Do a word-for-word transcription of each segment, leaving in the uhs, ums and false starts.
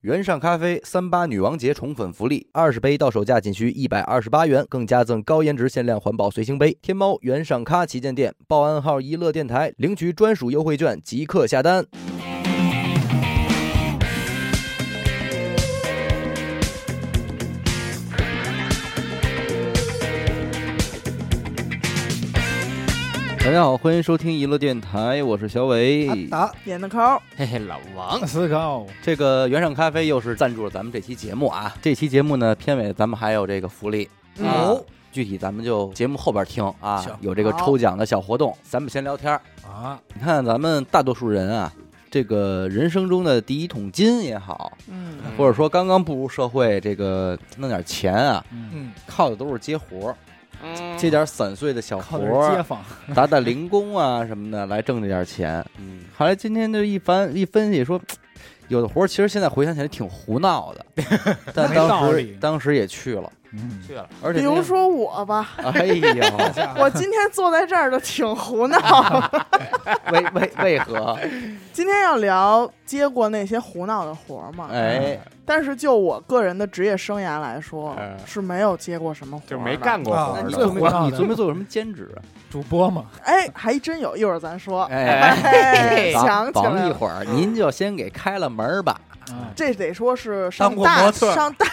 原上咖啡三八女王节宠粉福利，二十杯到手价仅需一百二十八元，更加赠高颜值限量环保随行杯。天猫原上咖旗舰店报暗号一乐电台，领取专属优惠券，即刻下单。大家好，欢迎收听娱乐电台，我是小伟。 打点的扣， 嘿嘿，老王思考。 这个原上咖啡又是赞助了咱们这期节目啊。这期节目呢，片尾咱们还有这个福利啊、嗯，具体咱们就节目后边听啊。有这个抽奖的小活动，咱们先聊天啊。你看咱们大多数人啊，这个人生中的第一桶金也好，嗯，或者说刚刚步入社会，这个弄点钱啊，嗯，靠的都是接活。接点散碎的小活儿，打打零工啊什么的，来挣这点钱。嗯，后来今天就一番一分析说，有的活儿其实现在回想起来挺胡闹的，但当时当时也去了， 嗯，去了。 而且比如说我吧， 哎呀， 我今天坐在这儿就挺胡闹。 为为为何？ 今天要聊接过那些胡闹的活儿嘛？ 哎。 但是就我个人的职业生涯来说，嗯、是没有接过什么活， 就没干过活。 你最胡闹，你做没做过什么兼职啊？ 主播嘛？ 哎，还真有，一会儿咱说。 哎， 想起来绑一会儿，您就先给开了门吧。 嗯、这得说是上大上大，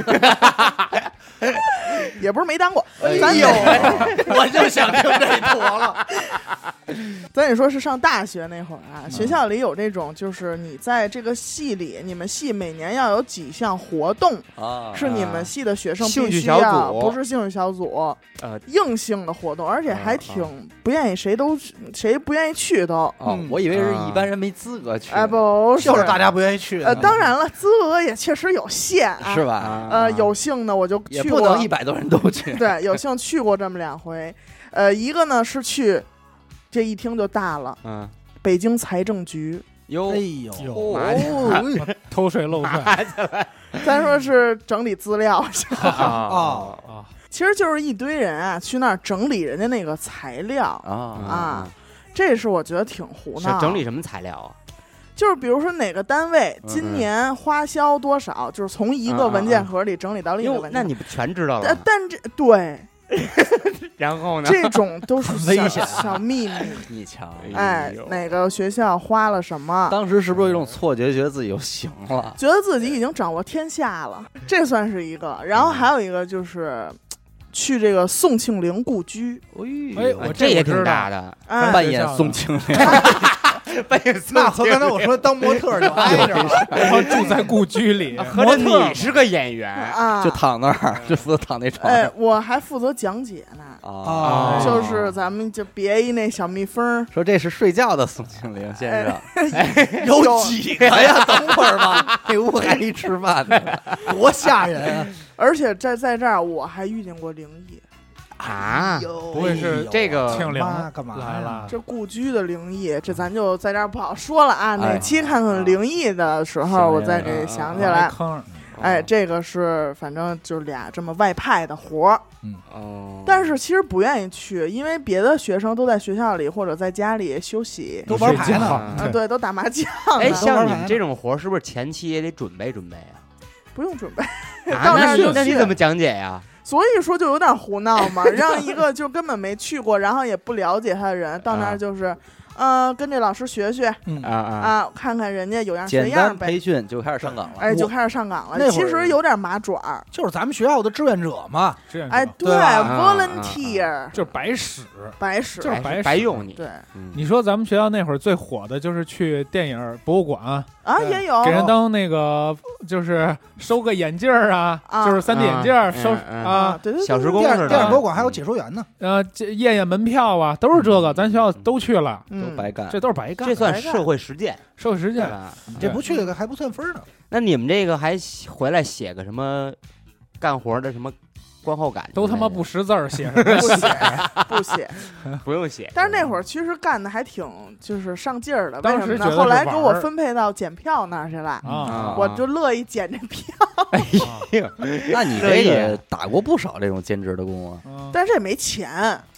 也不是没当过。咱有， 我就想听这坨了。 咱也说是上大学那会儿啊，学校里有这种，就是你在这个系里，你们系每年要有几项活动啊，是你们系的学生必须要，不是兴趣小组，呃，硬性的活动，而且还挺不愿意谁都谁不愿意去都。 哦，我以为是一般人没资格去。 哎，不是， 就是大家不愿意去。 呃，当然了，资格也确实有限啊， 是吧？ 呃，有幸的我就去过， 也不能一百多人都去。 对，有幸去过这么两回。呃，一个呢是去。这一听就大了，嗯，北京财政局， 哟， 哎呦， 哦， 偷税漏税， 咱说是整理资料啊啊， 其实就是一堆人啊去那儿整理人家那个材料啊啊，这是我觉得挺胡闹。 整理什么材料啊？ 就是比如说哪个单位今年花销多少，就是从一个文件盒里整理到另一个文件， 那你不全知道了？ 但但这对。 然后呢？ 这种都是危险小秘密。 你瞧， 哎，哪个学校花了什么？ 当时是不是有一种错觉，觉得自己就行了， 觉得自己已经掌握天下了？这算是一个。然后还有一个就是去这个宋庆龄故居。 哎，我这也挺大的， 哎、 扮演宋庆龄。 那和刚才我说当模特就挨着了，然后住在故居里。 合着你是个演员啊， 就躺那儿，就负责躺那床。 哎，我还负责讲解呢。啊，就是咱们就别一那小蜜蜂， 说这是睡觉的宋庆龄先生。 哎、 有几个呀？等会儿吧，那屋还一吃饭呢，多吓人啊！ 而且在在这儿我还遇见过灵异。 啊， 不会是这个庆龄干嘛来了？ 这故居的灵异，这咱就在这儿不好说了啊。哪期看看灵异的时候，我再给想起来。哎，这个是反正就俩这么外派的活儿。嗯哦。但是其实不愿意去，因为别的学生都在学校里或者在家里休息， 都玩牌呢。 啊，对，都打麻将。 哎，像你们这种活儿，是不是前期也得准备准备啊？ 不用准备， 到那儿就去。那你怎么讲解呀？ 所以说就有点胡闹嘛，让一个就根本没去过，然后也不了解他的人到那儿就是，呃，跟这老师学学，嗯啊啊，看看人家有样学样呗。 培训就开始上岗了， 哎，就开始上岗了。其实有点麻爪， 就是咱们学校的志愿者嘛，志愿者。 哎，对 ，volunteer 就是白使， 白使就是白白用你。 对， 你说咱们学校那会儿最火的就是去电影博物馆。 啊，也有给人当那个，就是收个眼镜儿啊，就是三 D 眼镜儿收啊， 对对， 小时工似的。 电影博物馆还有解说员呢， 呃，验验门票啊，都是这个，咱学校都去了， 都白干， 这都是白干， 这算社会实践， 社会实践吧？ 这不去的还不算分呢。 那你们这个还回来写个什么干活的什么？观后感都他妈不识字儿，写不写不写， 不用写。 但是那会儿其实干的还挺就是上劲儿的， 为什么呢？后来给我分配到检票那儿去了， 啊、 我就乐意检这票。 哎呀， 那你这个打过不少这种兼职的工啊？ 但是也没钱。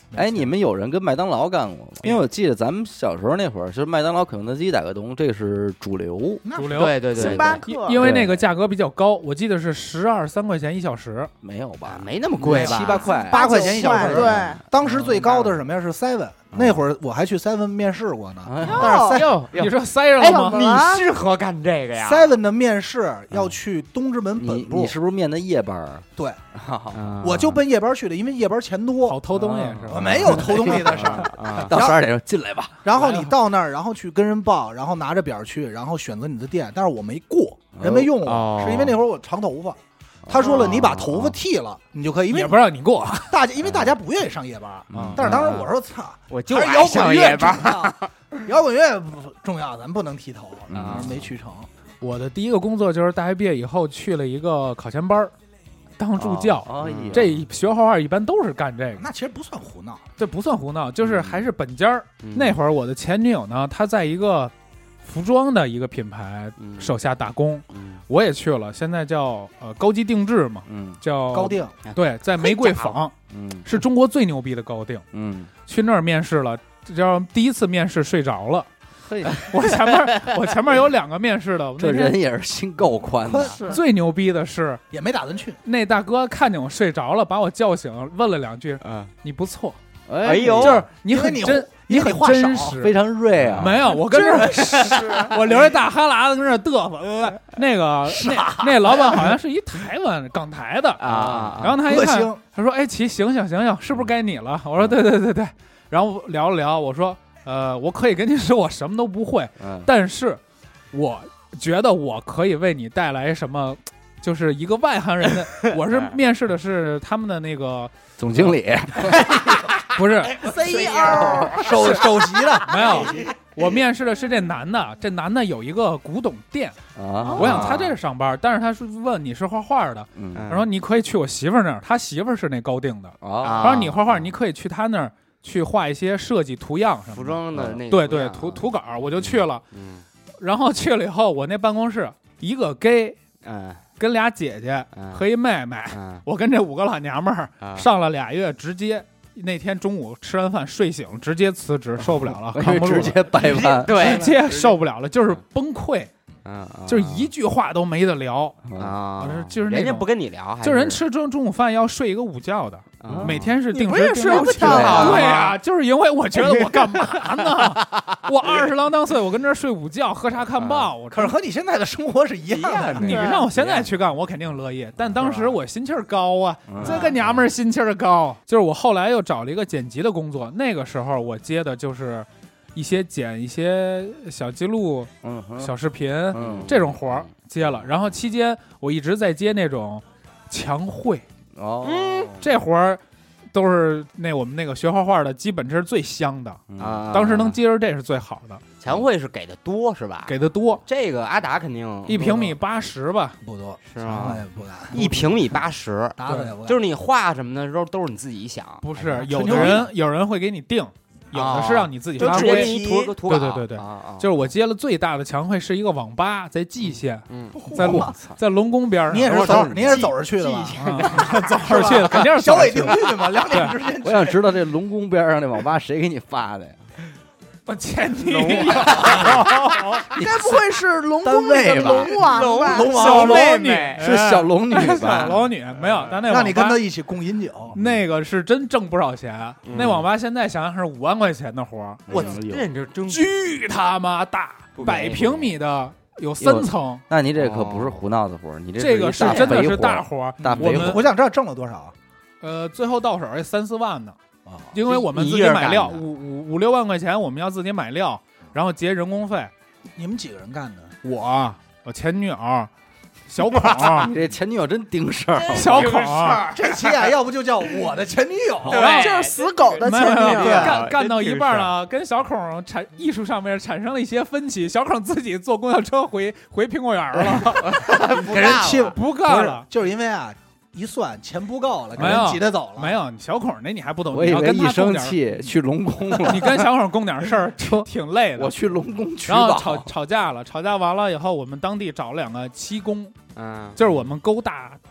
哎，你们有人跟麦当劳干过吗？因为我记得咱们小时候那会儿，是麦当劳、肯德基、大个东，这是主流， 主流。 对对对， 星巴克， 因为那个价格比较高，我记得是十二三块钱一小时， 没有吧？ 没那么贵吧？ 七八块， 八块钱一小时。 对， 当时最高的是什么呀？是 seven。那会儿我还去 seven 面试过呢，但是 seven 你说塞上了吗？ 你适合干这个呀 ？seven 的面试要去东直门本部， 你是不是面的夜班？ 对，我就奔夜班去的，因为夜班钱多， 好偷东西是吧？ 我没有偷东西的事儿。 到十二点钟进来吧。 然后你到那儿，然后去跟人报，然后拿着表去，然后选择你的店。但是我没过，人没用我，是因为那会儿我长头发。他说了，你把头发剃了，你就可以，因为也不让你过。 大家因为大家不愿意上夜班，但是当时我说操， 我就爱上夜班， 摇滚乐重要，咱不能剃头，没去成。 我的第一个工作就是大学毕业以后去了一个考前班，当助教。这学画画一般都是干这个， 那其实不算胡闹， 这不算胡闹，就是还是本家。那会儿我的前女友呢，她在一个服装的一个品牌手下打工，嗯、我也去了，现在叫呃高级定制嘛，嗯，叫高定， 对，在玫瑰坊，嗯，是中国最牛逼的高定，嗯，去那儿面试了，叫第一次面试睡着了，嘿，我前面我前面有两个面试的， 这人也是心够宽的， 最牛逼的是也没打算去， 那大哥看见我睡着了，把我叫醒，问了两句，嗯，你不错， 哎呦，就是你很真。你很真实， 非常锐啊！ 没有，我跟这儿，我流着大哈喇子跟这儿嘚瑟。那个那那老板好像是一台湾港台的啊，然后他一看，他说：“哎，齐，醒醒醒醒，是不是该你了？”我说：“对对对对。”然后聊了聊，我说：“呃，我可以跟你说，我什么都不会，但是我觉得我可以为你带来什么。”就是一个外行人的，我是面试的是他们的那个总经理， 不是 C E O 首首席的， 没有，我面试的是这男的，这男的有一个古董店啊，我想他这是上班，但是他是问你是画画的，嗯，他说你可以去我媳妇儿那儿，他媳妇儿是那高定的啊，他说你画画，你可以去他那儿去画一些设计图样什么服装的那对对图图稿，我就去了，嗯，然后去了以后，我那办公室一个 gay， 嗯。跟俩姐姐和一妹妹，嗯、我跟这五个老娘们儿、嗯、上了俩月，直接那天中午吃完饭睡醒，直接辞职，受不了了，扛不住了， 直接掰弯， 对，直接受不了了，就是崩溃。嗯，就是一句话都没得聊啊！ 就是人家不跟你聊， 就人吃中中午饭要睡一个午觉的， 啊、 每天是定时定睡不着。 对呀，就是因为我觉得我干嘛呢？我二十郎当岁，我跟这睡午觉、喝茶看报，我可是和你现在的生活是一样的。 你让我现在去干，我肯定乐意。但当时我心气儿高啊，这个娘们儿心气儿高。就是我后来又找了一个剪辑的工作，那个时候我接的就是。一些剪一些小记录、嗯、小视频、嗯、这种活儿接了，然后期间我一直在接那种墙绘哦，嗯、这活儿都是那我们那个学画画的，基本这是最香的啊。当时能接着这是最好的。 墙绘是给的多是吧？ 给的多， 这个阿达肯定一平米八十吧， 不多是吗？ 不敢， 一平米八十，就是你画什么的都都是你自己想， 不是有的人有人会给你定。有的是让你自己发挥， 图图对对对对，就是我接了最大的墙绘是一个网吧，在蓟县，在在龙宫边上。 你也是走，你也是走着去的吧？ 走着去的，肯定是小伟定律嘛，两点之间。 我想知道这龙宫边上那网吧谁给你发的呀？ 我前女友， 该不会是龙宫的龙王吧？ 龙王小龙女是小龙女吧？ 小龙女没有，但那让你跟他一起共饮酒， 那个是真挣不少钱。那网吧现在想想是五万块钱的活儿， 我认真真巨他妈大，百平米的有三层。 那你这可不是胡闹的活儿，你这个是真的是大活儿。 我们我想知道挣了多少？ 呃，最后到手也三四万呢。因为我们自己买料，五五五六万块钱，我们要自己买料，然后结人工费。 你们几个人干的？ 我，我前女友，小孔， 你这前女友真盯事儿。 小孔， 这期啊，要不就叫我的前女友， 就是死狗的前女友。 干干到一半了，跟小孔产艺术上面产生了一些分歧，小孔自己坐公交车回回苹果园了， 给人气不干了， 就是因为啊。一算钱不够了，给人挤得走了。 没有，小孔那你还不懂？ 我以为一生气去龙宫了。 你跟小孔供点事儿，挺累的。 我去龙宫取宝，然后吵吵架了，吵架完了以后，我们当地找了两个漆工，嗯，就是我们勾大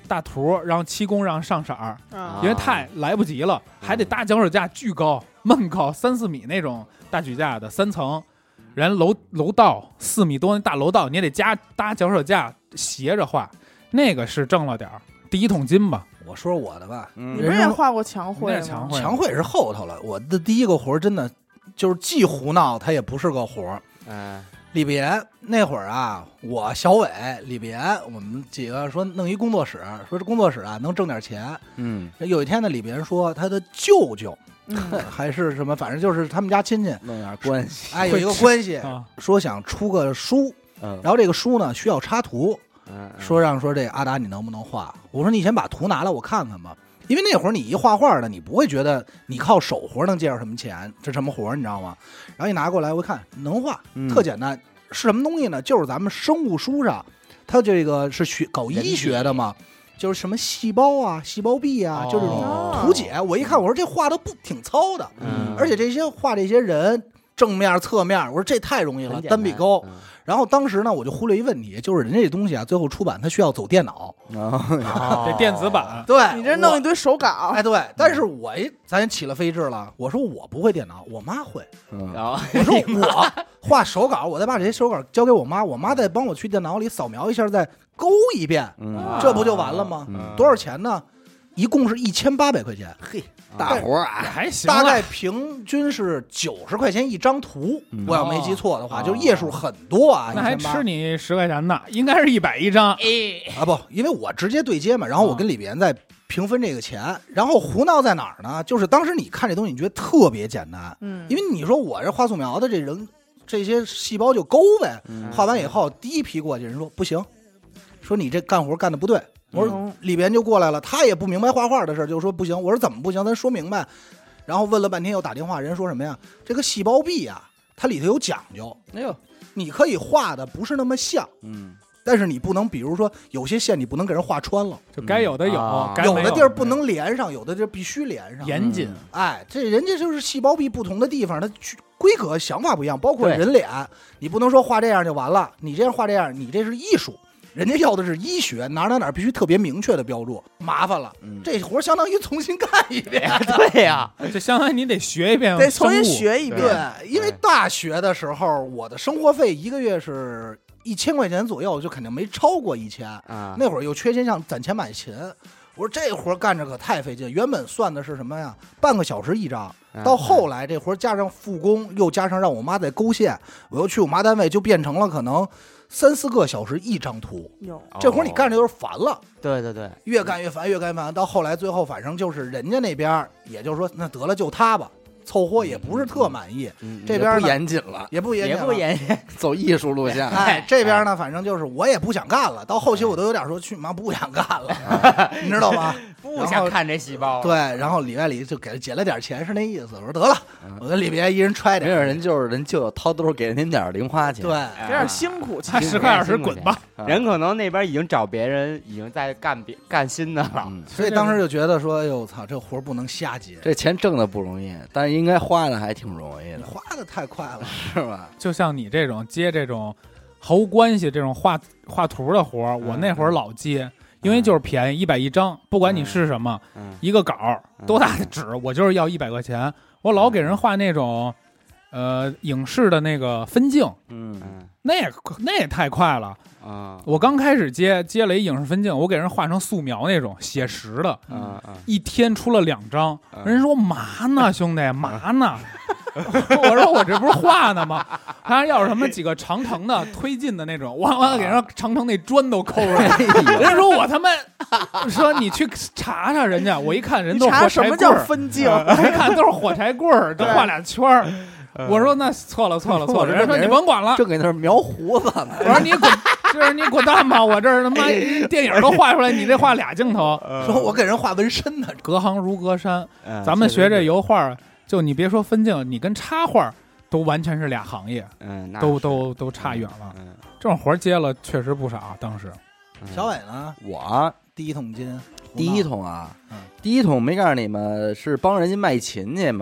大图，然后漆工让上色儿， 啊因为太来不及了，还得搭脚手架，巨高，闷高三四米那种大举架的三层，人楼楼道四米多那大楼道，你也得加搭脚手架斜着画，那个是挣了点儿，第一桶金吧。 我说我的吧， 你不是也画过墙绘吗？ 墙绘墙绘是后头了，我的第一个活真的就是既胡闹，它也不是个活。 嗯， 李必言那会儿啊，我小伟、李必言，我们几个说弄一工作室，说这工作室啊能挣点钱。 嗯， 有一天呢，李必言说他的舅舅， 嗯、 还是什么，反正就是他们家亲戚， 弄点关系， 哎，有一个关系， 啊、 说想出个书， 嗯， 然后这个书呢需要插图。 嗯， 说让说这阿达你能不能画？我说你先把图拿来我看看吧，因为那会儿你一画画的，你不会觉得你靠手活能借着什么钱，这什么活你知道吗？然后一拿过来我一看能画， 嗯、 特简单，是什么东西呢？就是咱们生物书上，它这个是学搞医学的嘛，就是什么细胞啊、细胞壁啊， 哦、 就这种图解。我一看我说这画的不挺糙的， 嗯， 而且这些画这些人正面侧面，我说这太容易了，单笔勾。 嗯， 然后当时呢，我就忽略一问题，就是人家这东西啊，最后出版它需要走电脑， 哦、这电子版。 对， 你这弄一堆手稿， 哎，对。但是我一咱起了飞智了，我说我不会电脑，我妈会。 嗯， 我说我画手稿，我再把这些手稿交给我妈，我妈再帮我去电脑里扫描一下，再勾一遍， 嗯， 这不就完了吗？ 嗯、 多少钱呢？一共是一千八百块钱， 嘿，大活啊， 还行， 大概平均是九十块钱一张图， 嗯、 我要没记错的话， 哦、 就页数很多啊。 那还吃你十块钱呢，应该是一百一张。 啊不，因为我直接对接嘛，然后我跟李必言在平分这个钱，然后胡闹在哪儿呢？就是当时你看这东西，你觉得特别简单， 嗯， 因为你说我这画素描的这人，这些细胞就勾呗， 嗯、 画完以后第一批过去，人说不行，说你这干活干的不对。我说李必言就过来了，他也不明白画画的事，就说不行。我说怎么不行？咱说明白。然后问了半天，又打电话，人说什么呀？这个细胞壁啊，它里头有讲究。 哎呦， 你可以画的不是那么像， 嗯， 但是你不能，比如说有些线你不能给人画穿了， 就该有的有， 嗯啊、 该有的地儿不能连上，有的地儿必须连上， 严谨。 哎，这人家就是细胞壁不同的地方，它规格想法不一样，包括人脸，你不能说画这样就完了，你这样画这样，你这是艺术。人家要的是医学，哪哪哪必须特别明确的标注，麻烦了，嗯、这活相当于重新干一遍。 对呀、 啊，这相当于你得学一遍， 得重新学一遍。 对，因为大学的时候，我的生活费一个月是一千块钱左右，就肯定没超过一千。 啊， 那会儿又缺钱，想攒钱买琴。我说这活干着可太费劲，原本算的是什么呀？半个小时一张，到后来这活加上复工，又加上让我妈再勾线，我又去我妈单位，就变成了可能三四个小时一张图。这活你干着有点烦了。 对对对， 越干越烦，越干越烦。到后来最后反正就是人家那边，也就是说那得了就他吧。凑合也不是特满意， 嗯、 这边不严谨了， 也不严谨， 也不严谨， 走艺术路线。 哎，这边呢，反正就是我也不想干了。到后期我都有点说去妈不想干了，你知道吗？ 不想看这细胞。 对，然后里外里就给他减了点钱，是那意思。我说得了，我跟里边一人揣点。 没有人就是人就有掏兜给您点零花钱， 对， 有点辛苦， 他十块二十滚吧。 人可能那边已经找别人，已经在干别干新的了， 嗯、 所以当时就觉得说，哎呦操，这活不能瞎接， 这钱挣的不容易，但是应该花的还挺容易的， 花的太快了， 是吧？ 就像你这种接这种毫无关系这种画画图的活，我那会儿老接。因为就是便宜，一百一张，不管你是什么， 嗯、 一个稿多大的纸，我就是要一百块钱。我老给人画那种，呃，影视的那个分镜， 嗯， 那也那也太快了啊！ 我刚开始接接了一影视分镜，我给人画成素描那种写实的， 嗯嗯、一天出了两张， 嗯、 人说嘛呢，兄弟嘛呢？我说我这不是画呢吗？他要是什么几个长城的推进的那种，哇哇给人长城那砖都抠出来。人家说我他妈说你去查查人家，我一看人都是火柴棍儿， 什么叫分镜？ 我一看都是火柴棍儿，都画俩圈儿。我说那错了错了错了，人家说你甭管了， 正给那描胡子呢。 我说你滚，就是你滚蛋吧，我这儿他妈电影都画出来，你这画俩镜头。 说我给人画纹身呢， 隔行如隔山。咱们学这油画。就你别说分镜，你跟插画都完全是俩行业， 嗯， 都都都差远了。 嗯， 这种活接了确实不少，当时。 小伟呢？ 我第一桶金， 第一桶啊， 嗯、 第一桶没告诉你们是帮人家卖琴去嘛？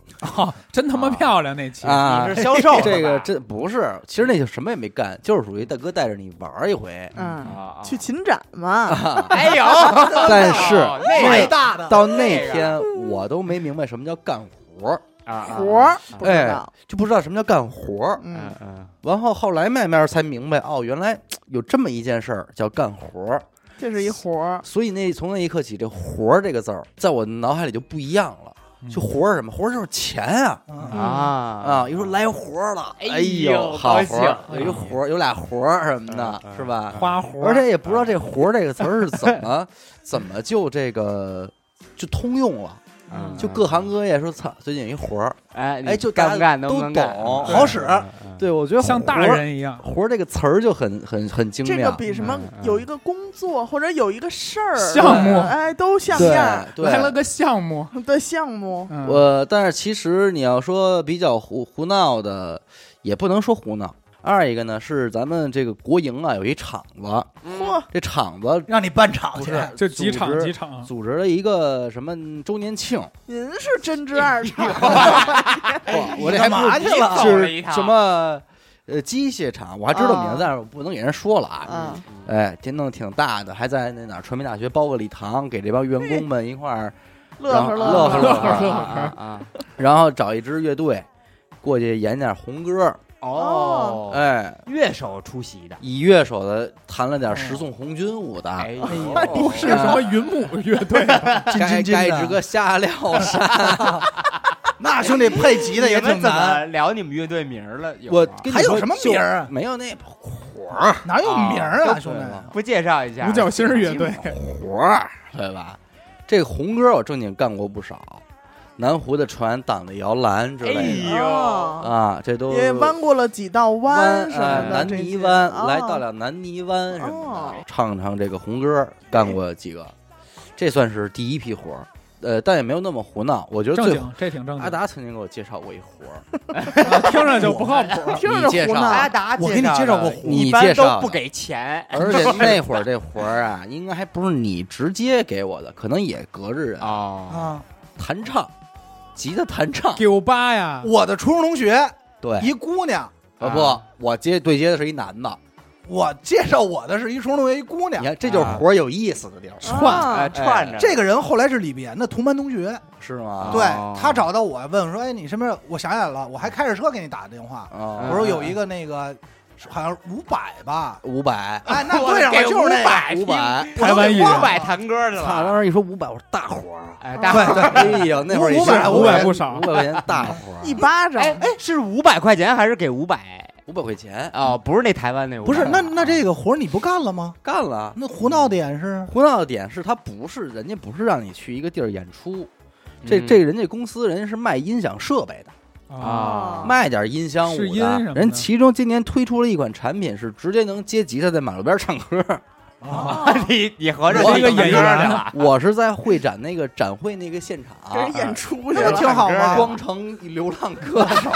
哦，真他妈漂亮那期啊！ 你是销售这个真不是，其实那就什么也没干，就是属于大哥带着你玩一回， 嗯，去秦展嘛。 哎呦， 但是那大的到那天我都没明白什么叫干活啊， 活儿， 哎，就不知道什么叫干活嗯嗯， 然后后来慢慢才明白，哦，原来有这么一件事儿叫干活这是一活儿。 所以那从那一刻起，这活儿这个字儿在我脑海里就不一样了。就活儿什么？活儿就是钱啊！ 啊啊！一说来活儿了，哎呦， 好活儿，有一活儿，有俩活儿什么的，是吧？ 花活， 而且也不知道这活儿这个词儿是怎么怎么就这个就通用了。就各行各业说操，最近有一活儿， 哎哎，就干不干都懂， 好使。对，我觉得像大人一样， 活儿这个词儿就很很很精妙。 这个比什么有一个工作或者有一个事儿项目， 哎，都像样。 来了个项目的项目， 我但是其实你要说比较胡胡闹的，也不能说胡闹。二一个呢是咱们这个国营啊有一厂子， 嚯， 这厂子让你办厂去， 就几场几场组织了一个什么周年庆。 您是真知二厂， 我这还不去了，是什么呃机械厂，我还知道名字，但是我不能给人说了啊。哎，这弄挺大的，还在那哪儿传媒大学包个礼堂，给这帮员工们一块儿乐呵乐呵乐呵乐呵啊，然后找一支乐队过去演点红歌。 哦， 哎， 乐手出席的， 以乐手的弹了点十送红军舞的， 哎， 不是什么云母乐队， 该该这个下料山， 那兄弟配吉的也挺难。 聊你们乐队名了， 我还有什么名儿啊？ 没有那活儿， 哪有名儿啊，兄弟？ 不介绍一下？ 五角星乐队活儿，对吧？这个红歌我正经干过不少。南湖的船、党的摇篮之类的， 哎呦啊，这都也弯过了几道弯什么的， 南泥湾来到了南泥湾什么的，唱唱这个红歌，干过几个，这算是第一批活儿。呃，但也没有那么胡闹，我觉得正经，这挺正经。 阿达曾经给我介绍过一活儿， 听着就不靠谱， 听着胡闹。 阿达， 我给你介绍过， 你介绍都不给钱， 而且那会儿这活儿啊，应该还不是你直接给我的，可能也隔着人啊， 弹唱。吉他弹唱， 九八呀！ 我的初中同学， 对， 一姑娘， 啊不，我接对接的是一男的。 我介绍我的是一初中同学，一姑娘。 你看，这就是活有意思的地儿， 串串着。 这个人后来是李碧岩的同班同学， 是吗？ 对他找到我，问我说：“哎，你身边？”我想起来了，我还开着车给你打电话。我说有一个那个。好像五百吧， 五百， 哎，那对上了，就是那百五百， 台湾艺人五百弹歌去了。 他当时一说五百，我说大活儿， 哎，大活儿， 哎呀，那会儿五百五百不少， 五百块钱大活儿， 一巴掌， 哎哎，是五百块钱还是给五百？ 五百块钱哦，不是那台湾那， 不是，那那这个活儿你不干了吗？ 干了。 那胡闹点是胡闹的点是他不是人家不是让你去一个地儿演出，这这人家公司人家是卖音响设备的。 啊， 卖点音箱舞的人，其中今年推出了一款产品，是直接能接吉他在马路边唱歌。 啊，你你合着是一个演员去了？ 我是在会展那个展会那个现场， 给人演出去了，挺好吗？ 光成流浪歌手，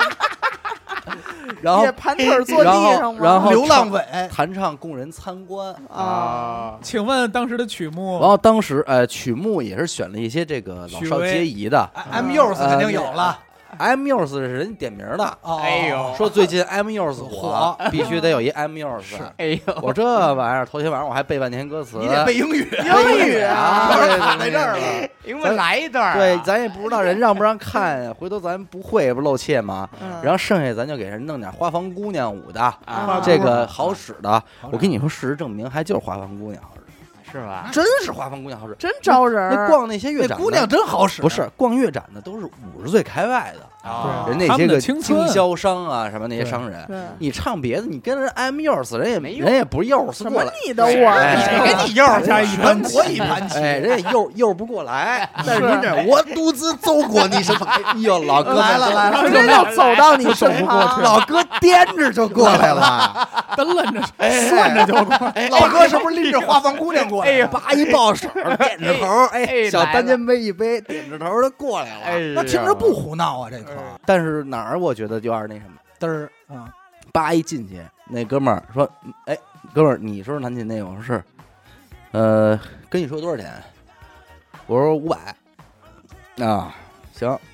然后也盘腿坐地上吗？ 然后流浪尾弹唱供人参观啊。请问当时的曲目？ 然后当时呃曲目也是选了一些这个老少皆宜的 ，M U S 肯定有了。 M U S 是人点名的， 哎呦， 说最近 M U S 火，必须得有一 M U S。 哎呦， 我这玩意儿头天晚上我还背半天歌词， 你得背英语， 英语啊， 卡在这儿了。 给我来一段。 对，咱也不知道人让不让看呀，回头咱不会不露怯吗？然后剩下咱就给人弄点花房姑娘舞的，这个好使的。我跟你说，事实证明还就是花房姑娘好使。 是吧？ 真是花房姑娘好使， 真招人。 那逛那些乐展， 姑娘真好使。 不是逛乐展的都是五十岁开外的啊， 人那些个经销商啊，什么那些商人，你唱别的，你跟人 M U S 人也没人也不柚死过来， 你的我， 谁跟你柚加一盘棋，一盘棋， 哎，人家柚柚不过来。但是您这我独自走过你身旁，哎呦，老哥来了来了， 真要走到你身旁， 老哥颠着就过来了， 蹬楞着算着就过来。 老哥是不是拎着花房姑娘过来？ 哎呀，叭一抱手，点着头，哎，小单肩背一背，点着头就过来了。 哎， 那听着不胡闹啊，这可。 但是哪儿我觉得有点那什么， 嘚儿啊， 叭一进去，那哥们儿说：“哎，哥们儿，你说弹琴那个？”我说是，呃，跟你说多少钱？我说五百。啊，行，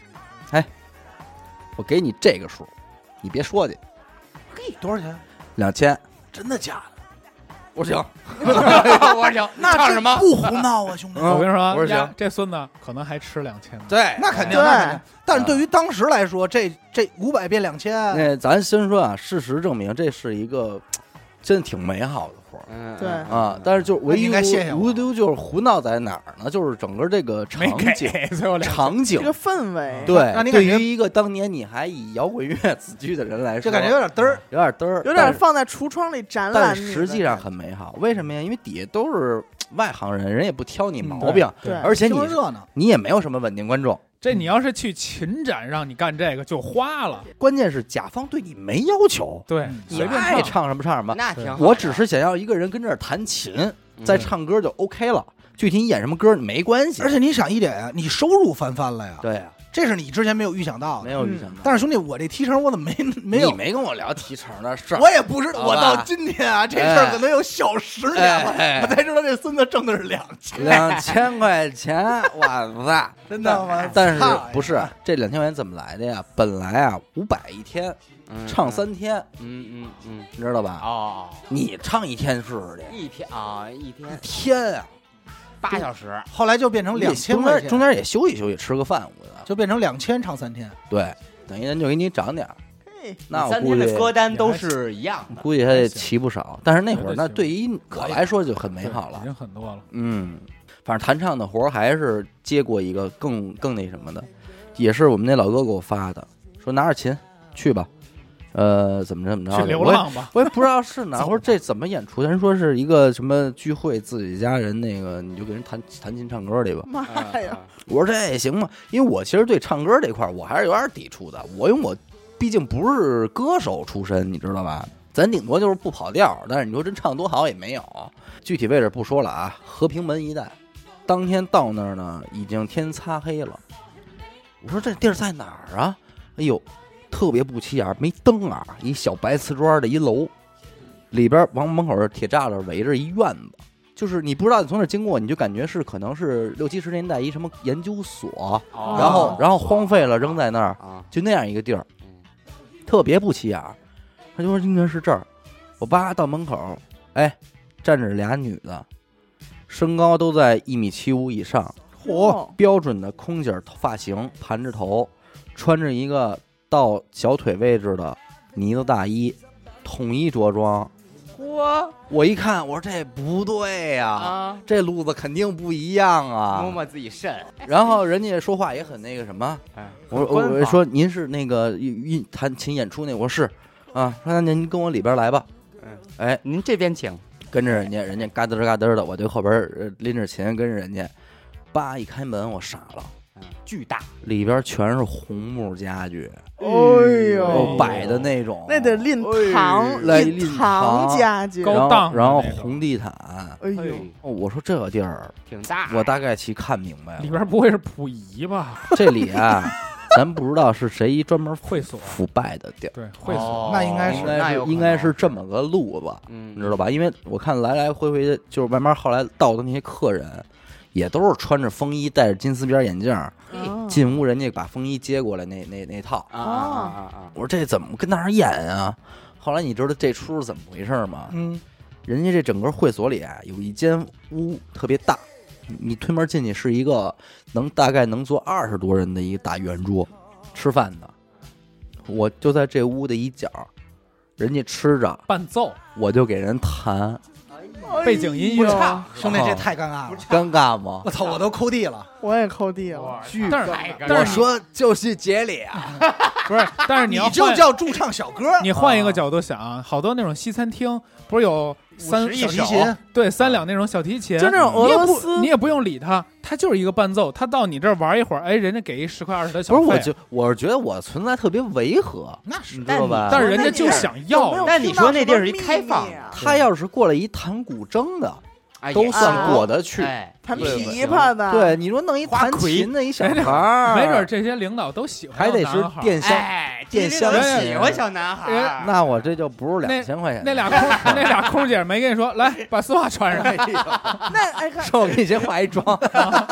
哎，我给你这个数，你别说去。 嘿，多少钱？ 两千。 真的假的？ 我说行， 我说行， 那唱什么？ 不胡闹啊，兄弟！ 我跟你说， 我说行， 这孙子可能还吃两千呢。 对， 那肯定，那肯定。但是对于当时来说，这这五百变两千， 那咱先说啊，事实证明这是一个真的挺美好的活儿。 嗯， 对啊，但是就唯一无丢就是胡闹在哪儿呢？就是整个这个场景，场景这个氛围， 对，对于一个当年你还以摇滚乐自居的人来说， 就感觉有点嘚儿， 有点嘚儿， 有点放在橱窗里展览。 但实际上很美好，为什么呀？因为底下都是外行人，人也不挑你毛病， 对， 而且你热闹， 你也没有什么稳定观众。 这你要是去秦展让你干这个就花了， 关键是甲方对你没要求， 对， 你爱唱什么唱什么， 那挺好。 我只是想要一个人跟这儿弹琴，在唱歌就 OK 了。具体你演什么歌没关系。 而且你想一点啊，你收入翻番了呀。 对呀， 这是你之前没有预想到的， 没有预想到。 但是兄弟，我这提成我怎么没没有？ 你没跟我聊提成的事儿， 我也不知道。我到今天啊，这事儿可能有小十年了，我才知道这孙子挣的是两千两千块钱，哇塞， 真的吗？ 但是不是这两千块钱怎么来的呀？本来啊五百一天，唱三天， 嗯嗯嗯， 你知道吧？ 哦， 你唱一天试试去， 一天啊一天一天啊。 八小时， 后来就变成两千块钱， 中间也休息休息，吃个饭我的， 就变成两千唱三天。 对，等于人就给你涨点儿。那我三天的歌单都是一样的， 估计还得齐不少。但是那会儿，那对于我来说就很美好了， 已经很多了。 嗯，反正弹唱的活儿还是接过一个更更那什么的，也是我们那老哥给我发的，说拿着琴去吧。呃，怎么着怎么着？ 去流浪吧！ 我也不知道是哪。我说这怎么演出？人说是一个什么聚会，自己家人那个，你就给人弹弹琴唱歌去吧。 妈呀！ 我说这行吗？因为我其实对唱歌这块我还是有点抵触的。我因为我毕竟不是歌手出身，你知道吧？咱顶多就是不跑调，但是你说真唱多好也没有。具体位置不说了啊，和平门一带。当天到那儿呢，已经天擦黑了。我说这地儿在哪儿啊？哎呦！特别不起眼，没灯啊！一小白瓷砖的一楼，里边往门口铁栅栏围着一院子，就是你不知道你从哪经过，你就感觉是可能是六七十年代一什么研究所， 哦、 然后然后荒废了扔在那儿，就那样一个地儿，特别不起眼。他就说应该是这儿，我爸到门口，哎，站着俩女的，身高都在一米七五以上，嚯，标准的空姐发型，盘着头，穿着一个。到小腿位置的呢子大衣，统一着装。 我我一看，我说这不对呀、啊，啊、这路子肯定不一样啊！ 摸摸自己肾。 然后人家说话也很那个什么，哎、我我说您是那个音弹琴演出那，我说是啊，说那您跟我里边来吧。 嗯， 哎， 您这边请。 跟着人家，人家嘎噔嘎噔的，我就后边拎着琴跟着人家，叭一开门，我傻了。 巨大， 里边全是红木家具， 哎呦， 摆的那种， 那得令堂， 令堂家具， 高档， 然后红地毯。 哎呦， 我说这个地儿挺大， 我大概其看明白了， 里边不会是溥仪吧？ 这里啊，咱不知道是谁专门会所腐败的地儿， 对，会所那应该是， 应该是应该是这么个路子， 嗯， 你知道吧？因为我看来来回回的，就是慢慢后来到的那些客人。也都是穿着风衣，戴着金丝边眼镜， 哦、 进屋人家把风衣接过来那那那套啊啊啊啊！ 我说这怎么跟那儿演啊？后来你知道这出是怎么回事吗？ 嗯， 人家这整个会所里啊有一间屋特别大，你推门进去是一个能大概能坐二十多人的一个大圆桌吃饭的。我就在这屋的一角，人家吃着伴奏， 我就给人弹。 背景音乐， 兄弟，这太尴尬了， 尴尬吗？ 我操，我都抠地了， 我也抠地了， 巨尴尬。 但是说就是节里啊， 不是，但是你要你就叫驻唱小哥， 你换一个角度想，好多那种西餐厅不是有三小提琴， 对，三两那种小提琴， 就那种俄罗斯， 你也不用理他，他就是一个伴奏，他到你这儿玩一会儿，哎，人家给一十块二十的小费。 不是，我就我是觉得我存在特别违和， 那是你知道吧？ 但是人家就想要， 但你说那地儿是一开放， 他要是过来一弹古筝的。都算过得去， 弹琵琶的， 对，你说弄一弹琴的一小孩儿， 没准这些领导都喜欢， 还得是电香，电香喜欢小男孩。 那我这就不是两千块钱。 那俩空那俩空姐没跟你说，来把丝袜穿上。 那哎， 说我给你先化一妆。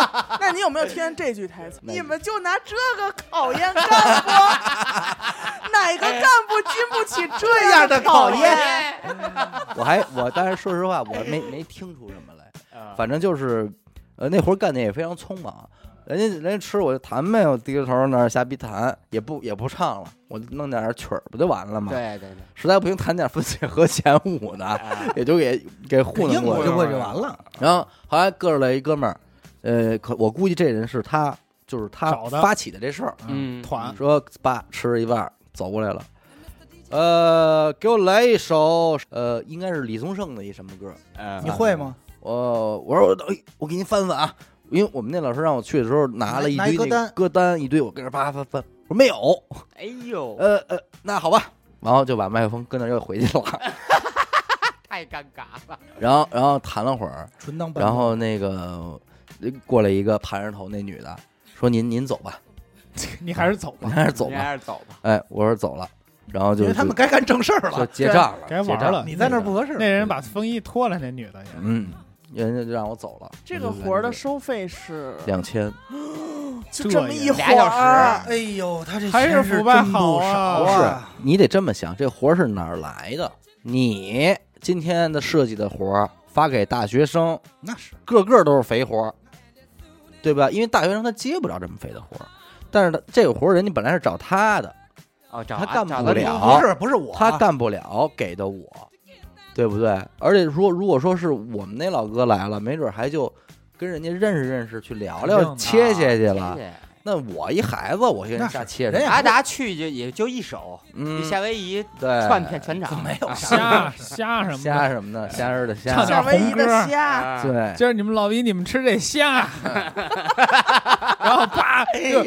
那你有没有听见这句台词？你们就拿这个考验干部，哪个干部经不起这样的考验？ 我还我，但是说实话，我没没听出什么来，反正就是，呃，那活儿干的也非常匆忙。人家人家吃我就弹呗，我低着头那儿瞎逼弹，也不也不唱了，我弄点曲儿不就完了吗？ 对对对， 实在不行弹点分解和弦舞的，也就给给糊弄过去就过就完了。 然后后来个儿来一哥们儿，呃，可我估计这人是他，就是他发起的这事儿， 嗯，团说爸吃一半走过来了，呃，给我来一首，呃，应该是李宗盛的一什么歌？ 呃，你会吗？ 我我说哎，我给您翻翻啊。因为我们那老师让我去的时候拿了一堆歌单，歌单一堆，我跟着叭叭翻，我说没有， 哎呦， 呃呃，那好吧，然后就把麦克风跟那又回去了， 太尴尬了。 然后然后弹了会儿， 纯当然后那个过来一个盘着头那女的说：“您您走吧， 你还是走吧， 你还是走吧， 你还是走吧。” 哎，我说走了，然后就因为他们该干正事儿了， 就结账了， 该玩了。 你在那儿不合适。 那人把风衣脱了，那女的也嗯。人家就让我走了。 这个活儿的收费是两千， 就这么一活儿。哎呦，他这还是腐败好啊！ 是你得这么想，这活儿是哪儿来的？你今天的设计的活儿发给大学生， 那是个个都是肥活儿，对吧？因为大学生他接不着这么肥的活儿，但是他这个活儿人家本来是找他的， 哦，找他干不了， 不是不是我， 他干不了，给的我。对不对？而且说，如果说是我们那老哥来了，没准还就跟人家认识认识，去聊聊，切切去了。那我一孩子，我跟人瞎切人阿达去就也就一手，嗯，夏威夷对串片全场没有虾虾什么虾什么的，虾仁的虾， 夏威夷的虾。 对， 今儿你们老逼你们吃这虾，然后啪就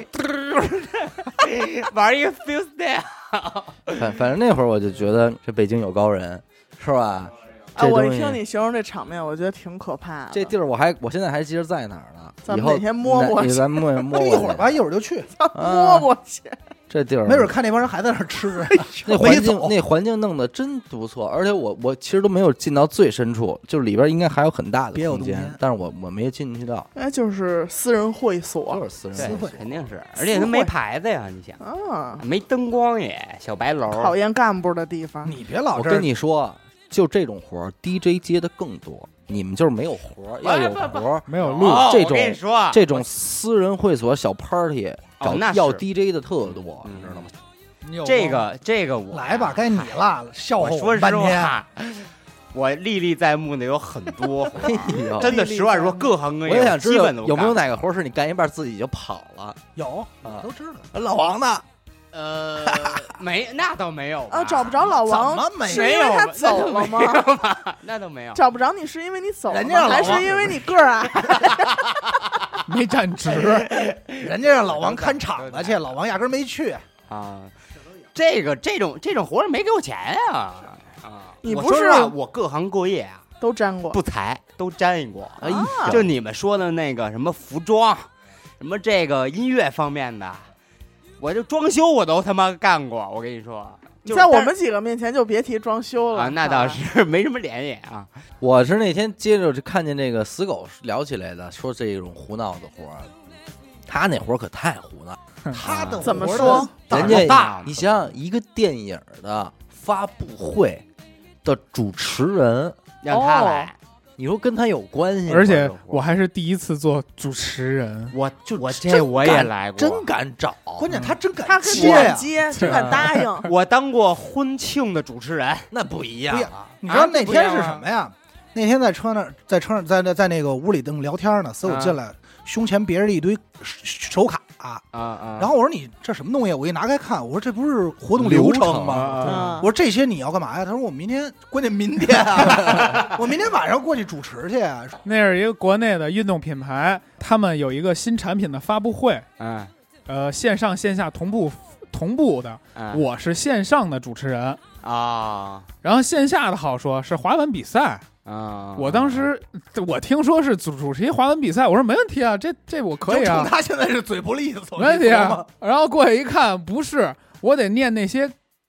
玩一个 feel style。 反反正那会儿我就觉得这北京有高人，是吧？ 啊，我一听你形容这场面，我觉得挺可怕的。 这地儿我还我现在还记得在哪儿呢。 咱们哪天摸过去， 咱摸摸一会儿吧，一会儿就去摸过去。 这地儿没准看那帮人还在那吃， 那环境那环境弄得真不错，而且我我其实都没有进到最深处，就是里边应该还有很大的空间，但是我我没进去到。 那就是私人会所， 就是私人会，肯定是，而且它没牌子呀，你想啊， 没灯光也小白楼， 讨厌干部的地方。 你别老我跟你说，就这种活 D J 接的更多。你们就是没有活，要有活没有路。 这种我跟你说， 这种私人会所小 party 找要 D J 的特多， 你知道吗？ 这个这个我来吧，该你了。笑话说半天， 我历历在目的有很多，真的实话说，各行各业我也想知道有没有哪个活是你干一半自己就跑了？ 有啊， 都知道。 老王呢？ 呃，没，那倒没有啊，找不着老王，是因为他走了吗？ 那倒没有， 找不着你是因为你走了， 人家还是因为你个儿矮， 没站直？ 人家让老王看场子去，老王压根没去啊。这个这种这种活儿没给我钱呀！啊， 你不是我各行各业啊都沾过， 不才都沾一过。 哎呀， 就你们说的那个什么服装，什么这个音乐方面的。我就装修我都他妈干过，我跟你说， 就在我们几个面前就别提装修了啊，那倒是没什么脸也啊。 我是那天接着就看见这个死狗聊起来的，说这种胡闹的活儿，他那活儿可太胡闹。 他的怎么说？ 人家大，你想想一个电影的发布会的主持人让他来。 你说跟他有关系吗？ 而且我还是第一次做主持人， 我就我这我也来过， 真敢找， 关键他真敢他接呀， 接真敢答应。 我当过婚庆的主持人， 那不一样啊！ 你知道那天是什么呀？那天在车那儿，在车上，在那在那个屋里正聊天呢，死狗进来，胸前别着一堆手卡啊啊！ 然后我说你这什么东西？我一拿开看，我说这不是活动流程吗？我说这些你要干嘛呀？他说我明天，关键明天啊，我明天晚上过去主持去。 那是一个国内的运动品牌，他们有一个新产品的发布会， 嗯， 呃，线上线下同步同步的。我是线上的主持人啊， 然后线下的好说是滑板比赛。 啊！ 我当时我听说是主主持一滑板比赛，我说没问题啊，这这我可以啊。 他现在是嘴不利索， 没问题啊。然后过去一看，不是，我得念那些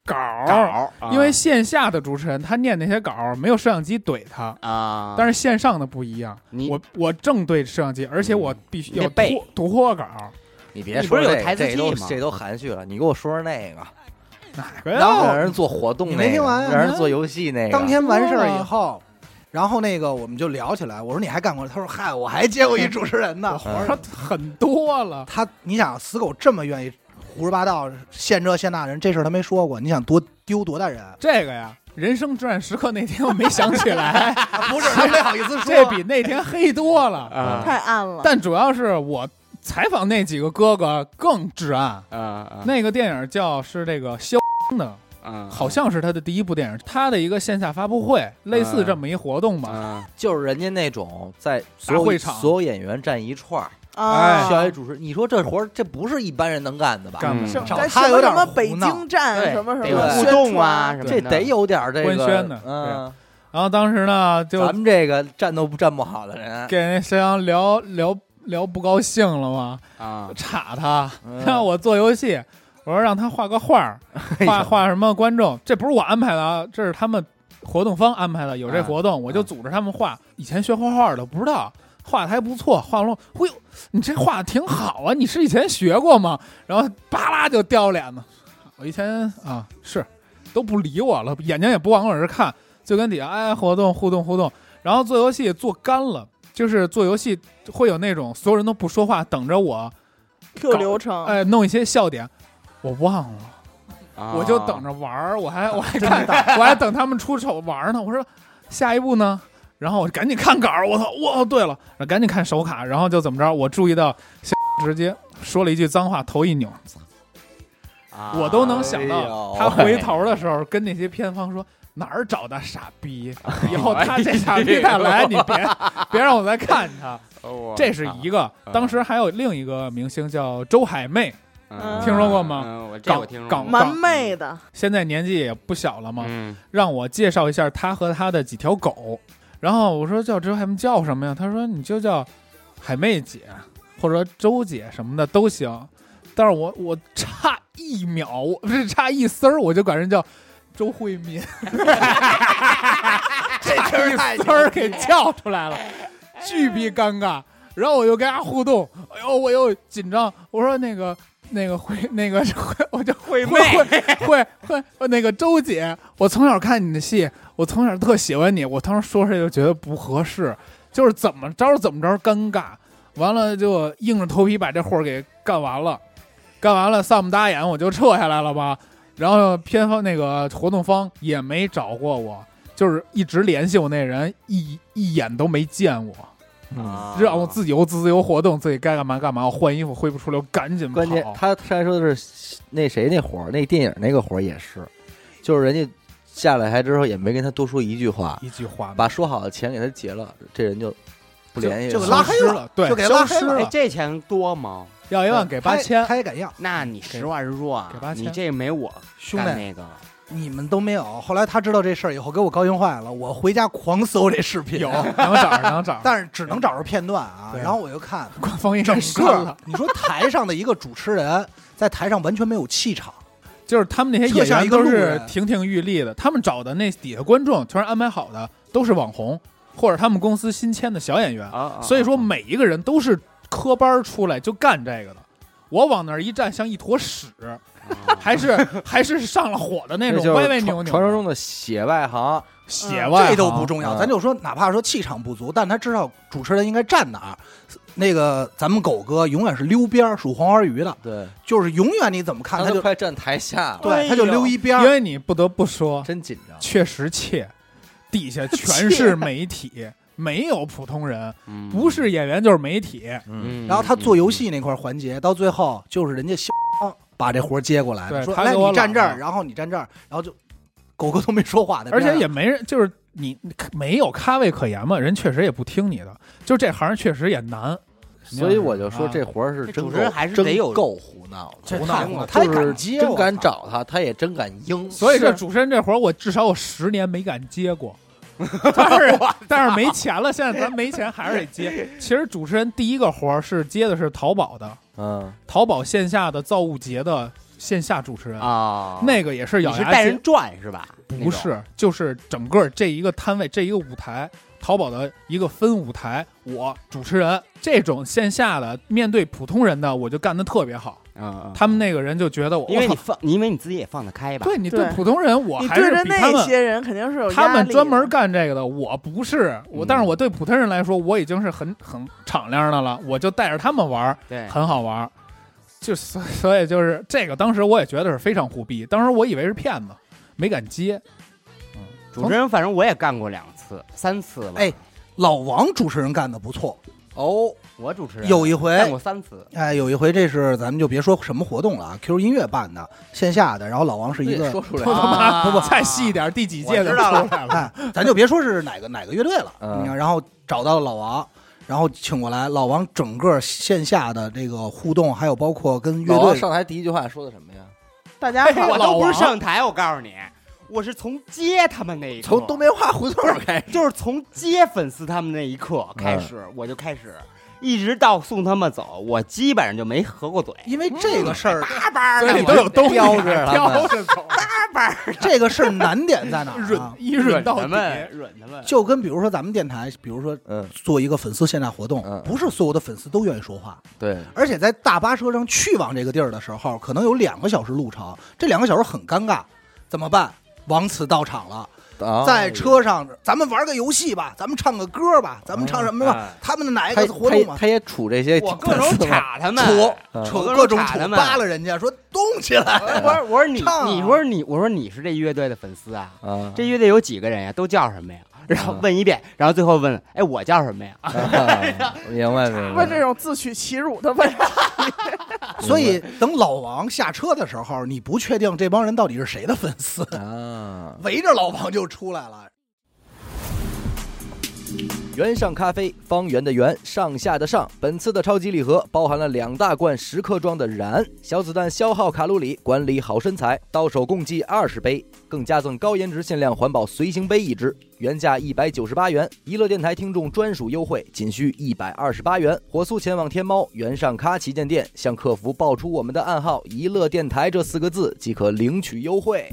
稿稿， 因为线下的主持人他念那些稿没有摄像机怼他啊， 但是线上的不一样，我我正对摄像机，而且我必须要拖拖稿。 你别说这个，这都这都含蓄了，你给我说说那个。 哪个呀？ 然后让人做活动， 你没听完？ 让人做游戏那个。 当天完事儿以后，然后那个我们就聊起来。我说你还干过？他说嗨，我还接过一主持人呢， 活儿很多了。 他，你想死狗这么愿意胡说八道，现这现那人，这事儿他没说过。你想多丢多大人？ 这个呀，人生至暗时刻那天我没想起来， 不是他没好意思说， 这比那天黑多了， 嗯、太暗了。 但主要是我。采访那几个哥哥更至暗啊、 嗯！ 那个电影叫是这个肖的，嗯，好像是他的第一部电影，他的一个线下发布会，嗯、类似这么一活动吧， 嗯、就是人家那种在大会场所有演员站一串儿， 哎， 需要一主持人。你说这活儿这不是一般人能干的吧？ 干不上。 找他有点什么北京站什么什么互动啊，什么这得有点这个官宣的，嗯。然后当时呢，就咱们这个站都不站不好的人， 给那沈阳聊聊。聊不高兴了吗？ 啊， 插他，让我做游戏，我说让他画个画，画画什么观众，这不是我安排的啊，这是他们活动方安排的，有这活动，我就组织他们画。以前学画画的不知道，画的还不错，画完了，哎呦，你这画的挺好啊，你是以前学过吗？然后巴拉就掉脸了。我以前啊是都不理我了，眼睛也不往我这看，就跟底下哎活动互动互动，然后做游戏做干了。就是做游戏会有那种所有人都不说话，等着我 Q 流程， 哎，弄一些笑点，我忘了， 啊、 我就等着玩儿，我还我还看，我还等他们出手玩呢。我说下一步呢，然后我赶紧看稿，我操，哇，对了，然后赶紧看手卡，然后就怎么着，我注意到直接说了一句脏话，头一扭， 啊、 我都能想到他回头的时候跟那些片方说。哪儿找的傻逼？以后他这傻逼再来，你别别让我再看他。这是一个。当时还有另一个明星叫周海媚， 嗯、 听说过吗？ 嗯，我这我听说过。 蛮媚的， 现在年纪也不小了嘛。 嗯， 让我介绍一下他和他的几条狗。然后我说叫周海媚叫什么呀？他说你就叫海媚姐或者周姐什么的都行。但是我我差一秒，不是差一丝儿，我就管人叫。周慧敏，这一丝儿给叫出来了，巨逼尴尬。然后我就跟他互动，哎呦，我又紧张。我说那个那个慧那个我就慧妹慧慧慧那个周姐，我从小看你的戏，我从小特喜欢你。我当时说出来就觉得不合适，就是怎么着怎么着尴尬。完了就硬着头皮把这活给干完了，干完了丧不搭眼我就撤下来了吧。然后片方那个活动方也没找过我，就是一直联系我那人一一眼都没见我， 嗯， 让我自由自由活动，自己该干嘛干嘛。我换衣服挥不出来，我赶紧跑。 关键他他说的是那谁那活儿，那电影那个活儿也是，就是人家下来台之后也没跟他多说一句话， 一句话把说好的钱给他结了，这人就不联系就，就给拉黑了，对， 就给拉黑了。 哎，这钱多吗？ 要一万给八千， 他也敢要。 那你实话实说啊， 给八千， 你这没我兄弟那个， 你们都没有。后来他知道这事儿以后，给我高兴坏了。我回家狂搜这视频， 有能找着能找着， 但是只能找着片段啊。然后我就看官方应该删了。 你说台上的一个主持人在台上完全没有气场， 就是他们那些演员都是亭亭玉立的，他们找的那底下观众全是安排好的，都是网红或者他们公司新签的小演员， 啊啊、 所以说每一个人都是科班出来就干这个的。我往那儿一站，像一坨屎，还是还是上了火的那种歪歪扭扭。 传说中的血外行， 血外行这都不重要，咱就说，哪怕说气场不足，但他知道主持人应该站哪儿。那个咱们狗哥永远是溜边数黄花鱼的， 对， 就是永远你怎么看他就快站台下， 对，他就溜一边。 因为你不得不说， 真紧张， 确实切，底下全是媒体。没有普通人， 嗯、 不是演员就是媒体。 嗯，然后他做游戏那块环节，到最后就是人家把这活接过来，说来你站这儿，然后你站这儿，然后就狗哥都没说话的， 而且也没人，就是你没有咖位可言嘛，人确实也不听你的，就这行确实也难。 所以我就说这活是真够， 还是得有够胡闹， 胡闹， 他就是真敢找他，他也真敢应。 所以这主持人这活我至少有十年没敢接过。但是但是没钱了，现在咱没钱还是得接。其实主持人第一个活是接的是淘宝的， 嗯， 淘宝线下的造物节的线下主持人啊， 那个也是咬牙切， 你是带人转是吧？ 不是，就是整个这一个摊位这一个舞台。淘宝的一个分舞台，我主持人这种线下的面对普通人的，我就干得特别好。 嗯嗯、 他们那个人就觉得我， 因为你放，因为你自己也放得开吧？ 对你对普通人，我还是比他们。你对着那些人肯定是有压力的。 他们专门干这个的，我不是我，但是我对普通人来说，我已经是很很敞亮的了，我就带着他们玩， 对， 很好玩。就所以就是这个，当时我也觉得是非常虎逼，当时我以为是骗子，没敢接。 嗯，主持人反正我也干过两次、三次了。 哎，老王主持人干的不错哦。我主持人有一回干过三次， 哎，有一回这是咱们就别说什么活动了啊 ，Q Q 音乐办的线下的，然后老王是一个说出来啊，不不，再细一点，第几届的知道了， 哎，咱就别说是哪个哪个乐队了， 嗯， 然后找到了老王，然后请过来，老王整个线下的这个互动，还有包括跟乐队上台第一句话说的什么呀？ 大家好， 我都不是上台，我告诉你。我是从接他们那一刻， 从东边话胡同开始， 就是从接粉丝他们那一刻开始，嗯、我就开始，一直到送他们走，我基本上就没合过嘴。 因为这个事儿， 叭叭的，都有东西叼着叼着走， 叭叭。 这个事儿难点在哪儿、啊？ 润一润到底， 润他们。 就跟比如说咱们电台，比如说，嗯，做一个粉丝线下活动，嗯、不是所有的粉丝都愿意说话， 对。 而且在大巴车上去往这个地儿的时候，可能有两个小时路程，这两个小时很尴尬，怎么办？王慈到场了，哦、在车上，咱们玩个游戏吧，咱们唱个歌吧，咱们唱什么吧？哦、他们的哪一个活动嘛？ 他也处这些， 我各种插他们， 处处各种处扒拉人家，说动起来。 我说我说你，你说你，我说你是这乐队的粉丝啊？嗯、这乐队有几个人呀？都叫什么呀？然后问一遍，然后最后问，哎，我叫什么呀？ 啊、明白明白。 问这种自取其辱的问题。 所以等老王下车的时候，你不确定这帮人到底是谁的粉丝啊，围着老王就出来了。 原上咖啡，方圆的圆，上下的上。本次的超级礼盒包含了两大罐十克装的燃小子弹，消耗卡路里，管理好身材。到手共计二十杯，更加赠高颜值限量环保随行杯一只，原价一百九十八元，娱乐电台听众专属优惠，仅需一百二十八元。火速前往天猫原上咖旗舰店，向客服报出我们的暗号“娱乐电台”这四个字，即可领取优惠。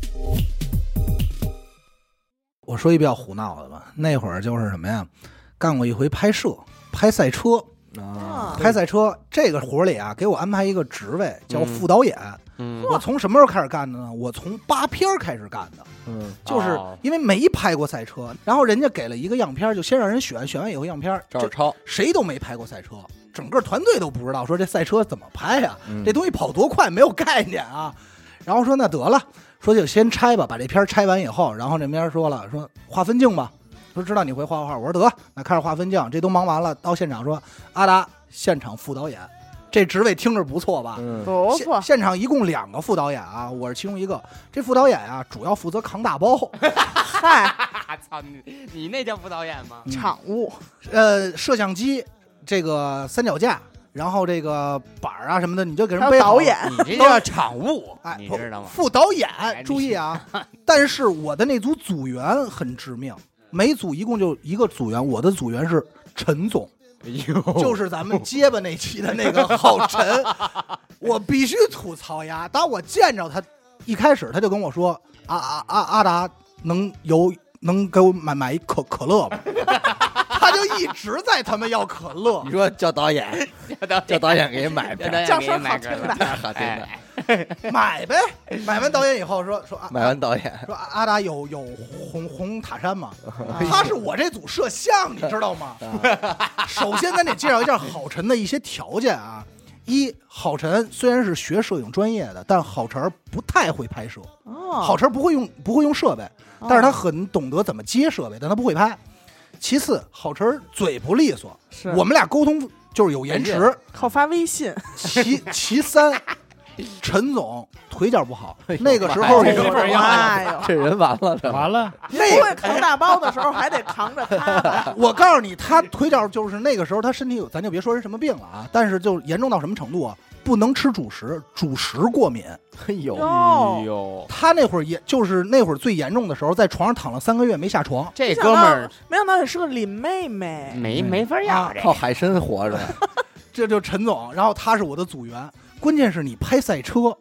我说一比较胡闹的吧，那会儿就是什么呀，干过一回拍摄，拍赛车啊，拍赛车这个活里啊，给我安排一个职位叫副导演。嗯，我从什么时候开始干的呢？我从扒片开始干的。嗯，就是因为没拍过赛车，然后人家给了一个样片，就先让人选，选完以后样片照抄， 谁都没拍过赛车，整个团队都不知道说这赛车怎么拍呀、啊，嗯、这东西跑多快没有概念啊。然后说那得了。说就先拆吧，把这片拆完以后，然后这边说了，说画分镜吧，说知道你会画画，我说得，那开始画分镜，这都忙完了，到现场说阿达现场副导演，这职位听着不错吧？ 嗯，不错。 现场一共两个副导演啊，我是其中一个。这副导演啊，主要负责扛大包。 嗨， 操你，你那叫副导演吗？ 场务， 呃，摄像机，这个三脚架。然后这个板儿啊什么的，你就给人背好。 导演， 你这叫场务， 哎， 你知道吗？ 副导演，注意啊！但是我的那组组员很致命，每组一共就一个组员，我的组员是陈总，就是咱们结巴那期的那个郝晨。我必须吐槽呀！当我见着他，一开始他就跟我说：“阿阿阿阿达能有能给我买买一可可乐吗？”他就一直在他们要可乐。 你说叫导演，叫导演给你买呗， 叫声好听的， 好听的， 买呗。买完导演以后说说， 买完导演说阿达有有红红塔山吗？他是我这组摄像，你知道吗？首先咱得介绍一下郝晨的一些条件啊。一，郝晨虽然是学摄影专业的，但郝晨不太会拍摄。哦，郝晨不会用不会用设备，但是他很懂得怎么接设备，但他不会拍。其次，郝晨嘴不利索，我们俩沟通就是有延迟， 靠发微信。 其其三，陈总腿脚不好，那个时候哎呦， 这人完了， 完了。 那不会扛大包的时候还得扛着他。 我告诉你，他腿脚就是那个时候他身体有，咱就别说是什么病了啊，但是就严重到什么程度啊？不能吃主食，主食过敏。 哎呦， 哎呦， 他那会儿也就是那会儿最严重的时候，在床上躺了三个月没下床。 这哥们儿没想到也是个林妹妹， 没没法要， 靠海参活着。 这就陈总，然后他是我的组员。关键是你拍赛车，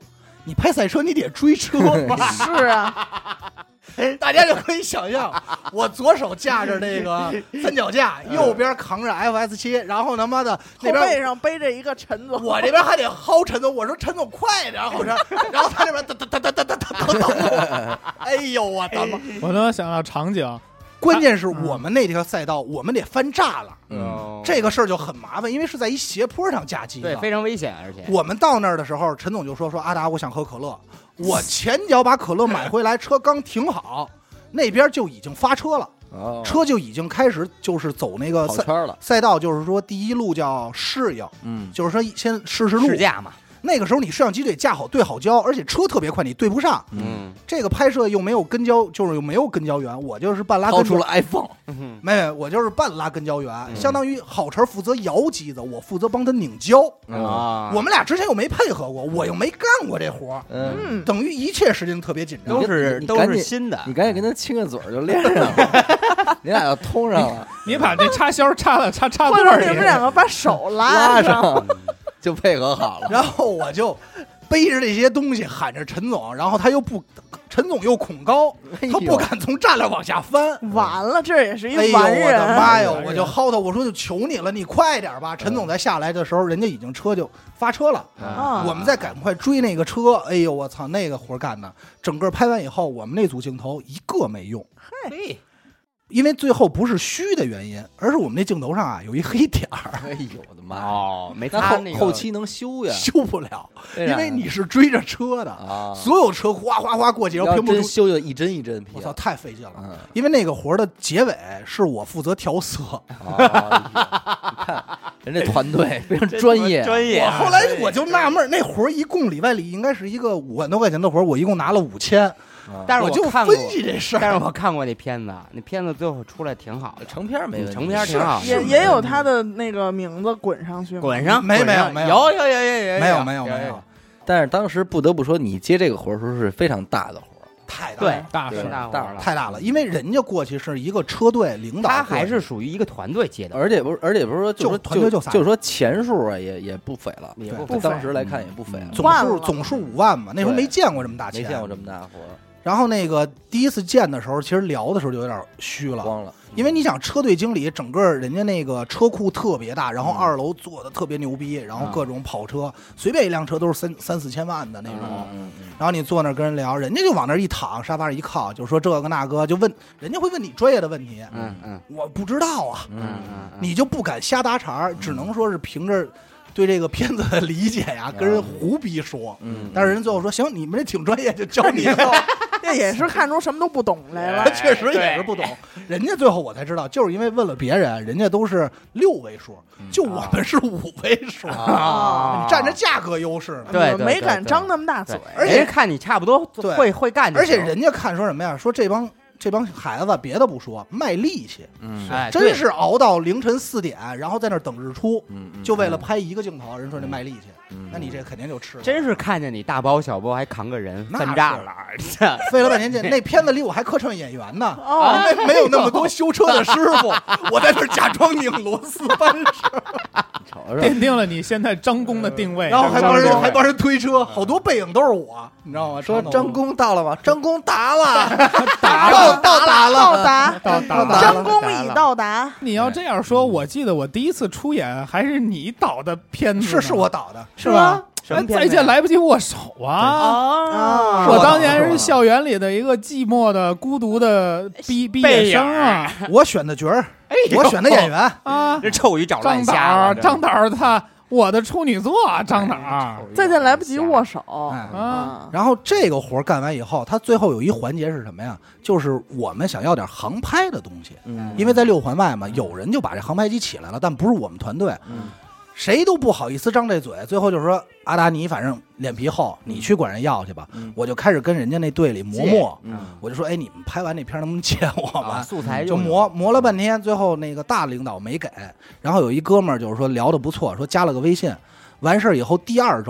你拍赛车你得追车嘛。 是啊， 大家就可以想象，我左手架着那个三脚架，右边扛着 F S 七，然后他妈的那边后背上背着一个陈总， 我这边还得薅陈总，我说陈总快点，好像，然后他这边噔噔噔噔噔噔噔噔噔，哎呦我他妈！ 我能想到场景。 关键是我们那条赛道，我们得翻栅了， 嗯， 这个事儿就很麻烦，因为是在一斜坡上架机， 对，非常危险，而且我们到那儿的时候，陈总就说说阿达，我想喝可乐，我前脚把可乐买回来，车刚停好，那边就已经发车了。哦、车就已经开始就是走那个赛圈了， 赛道就是说第一路叫适应，嗯，就是说先试试路试驾嘛。 那个时候你摄像机得架好对好焦，而且车特别快，你对不上。嗯，这个拍摄又没有跟焦，就是又没有跟焦源，我就是半拉跟焦。 掏出了 iPhone， 没有，我就是半拉跟焦源，嗯、相当于郝晨负责摇机子，我负责帮他拧焦。啊、嗯，我们俩之前又没配合过，我又没干过这活，嗯，等于一切时间特别紧张， 都是都是新的。 你赶紧跟他亲个嘴就连上了，你俩要通上了。 你把这插销插了插插或者你们两个把手拉上。 就配合好了， 然后我就背着这些东西喊着陈总，然后他又不，陈总又恐高，他不敢从栅栏往下翻， 完了，这也是一完人。 哎呦我的妈呀！我就薅他，我说就求你了，你快点吧。陈总在下来的时候，人家已经车就发车了，啊、我们再赶快追那个车。哎呦我操，那个活干的，整个拍完以后，我们那组镜头一个没用。 嘿。 因为最后不是虚的原因，而是我们那镜头上啊有一黑点儿。 哎呦我的妈！ 哦，没擦那个后期能修呀？ 修不了，因为你是追着车的，啊、所有车哗哗哗过去，然后屏幕真修就一帧一帧皮。 我操，太费劲了！嗯、因为那个活的结尾是我负责调色。 哦、你看人家团队非常专业， 专业。 我后来我就纳闷，那活一共里外里应该是一个五万多块钱的活，我一共拿了五千。 但是我就分析这事儿， 但是我看过那片子，那片子最后出来挺好的， 成片没问题， 成片挺好， 也也有他的那个名字滚上去， 滚上没没有没有有有有有有没有没有没有， 但是当时不得不说，你接这个活儿时候是非常大的活儿， 太大对大事大大了， 太大了，因为人家过去是一个车队领导， 他还是属于一个团队接的， 而且不是，而且不是说就团队就就是说钱数啊也也不菲了， 也不菲， 当时来看也不菲了， 总数总数五万嘛，那时候没见过这么大钱， 没见过这么大活儿。 然后那个第一次见的时候，其实聊的时候就有点虚了， 慌了， 因为你想车队经理整个人家那个车库特别大，然后二楼做的特别牛逼，然后各种跑车，随便一辆车都是三三四千万的那种。然后你坐那儿跟人聊，人家就往那儿一躺，沙发上一靠，就说这个那个，就问人家会问你专业的问题， 嗯嗯， 我不知道啊， 嗯嗯， 你就不敢瞎搭茬，只能说是凭着对这个片子的理解呀，跟人胡逼说。嗯，但是人最后说行，你们这挺专业，就教你了。 这也是看出什么都不懂来了， 确实也是不懂。人家最后我才知道，就是因为问了别人，人家都是六位数，就我们是五位数啊，占着价格优势， 对， 没敢张那么大嘴， 而且看你差不多会会干， 而且人家看说什么呀？说这帮。这帮孩子别的不说，卖力气， 嗯， 真是熬到凌晨四点，然后在那儿等日出，嗯，就为了拍一个镜头。人说这卖力气，嗯，那你这肯定就吃了。 真是看见你大包小包还扛个人，翻栅了， 费了半天劲。那片子里我还客串演员呢，哦，没有那么多修车的师傅，我在那假装拧螺丝扳手， 奠定了你现在张工的定位。 然后还帮人还帮人推车，好多背影都是我，你知道吗？ 说张工到了吗？张工达了， 达了。 到达了， 到达， 到达，张工已到达。 你要这样说，我记得我第一次出演还是你导的片子， 是是我导的， 是吧？再见来不及握手啊！啊，我当年是校园里的一个寂寞的、孤独的毕毕业生啊！ 我选的角儿，我选的演员啊， 这臭鱼找烂虾。张导，他。我的处女座啊，张导， 再见来不及握手啊！然后这个活干完以后，他最后有一环节是什么呀？就是我们想要点航拍的东西，嗯，因为在六环外嘛，有人就把这航拍机起来了，但不是我们团队，嗯，谁都不好意思张这嘴，最后就说阿达，你反正脸皮厚，你去管人要去吧。嗯、我就开始跟人家那队里磨磨，嗯、我就说，哎，你们拍完那片能不能借我们、 啊、素材就磨磨了半天，最后那个大领导没给，然后有一哥们儿就是说聊得不错，说加了个微信，完事儿以后第二周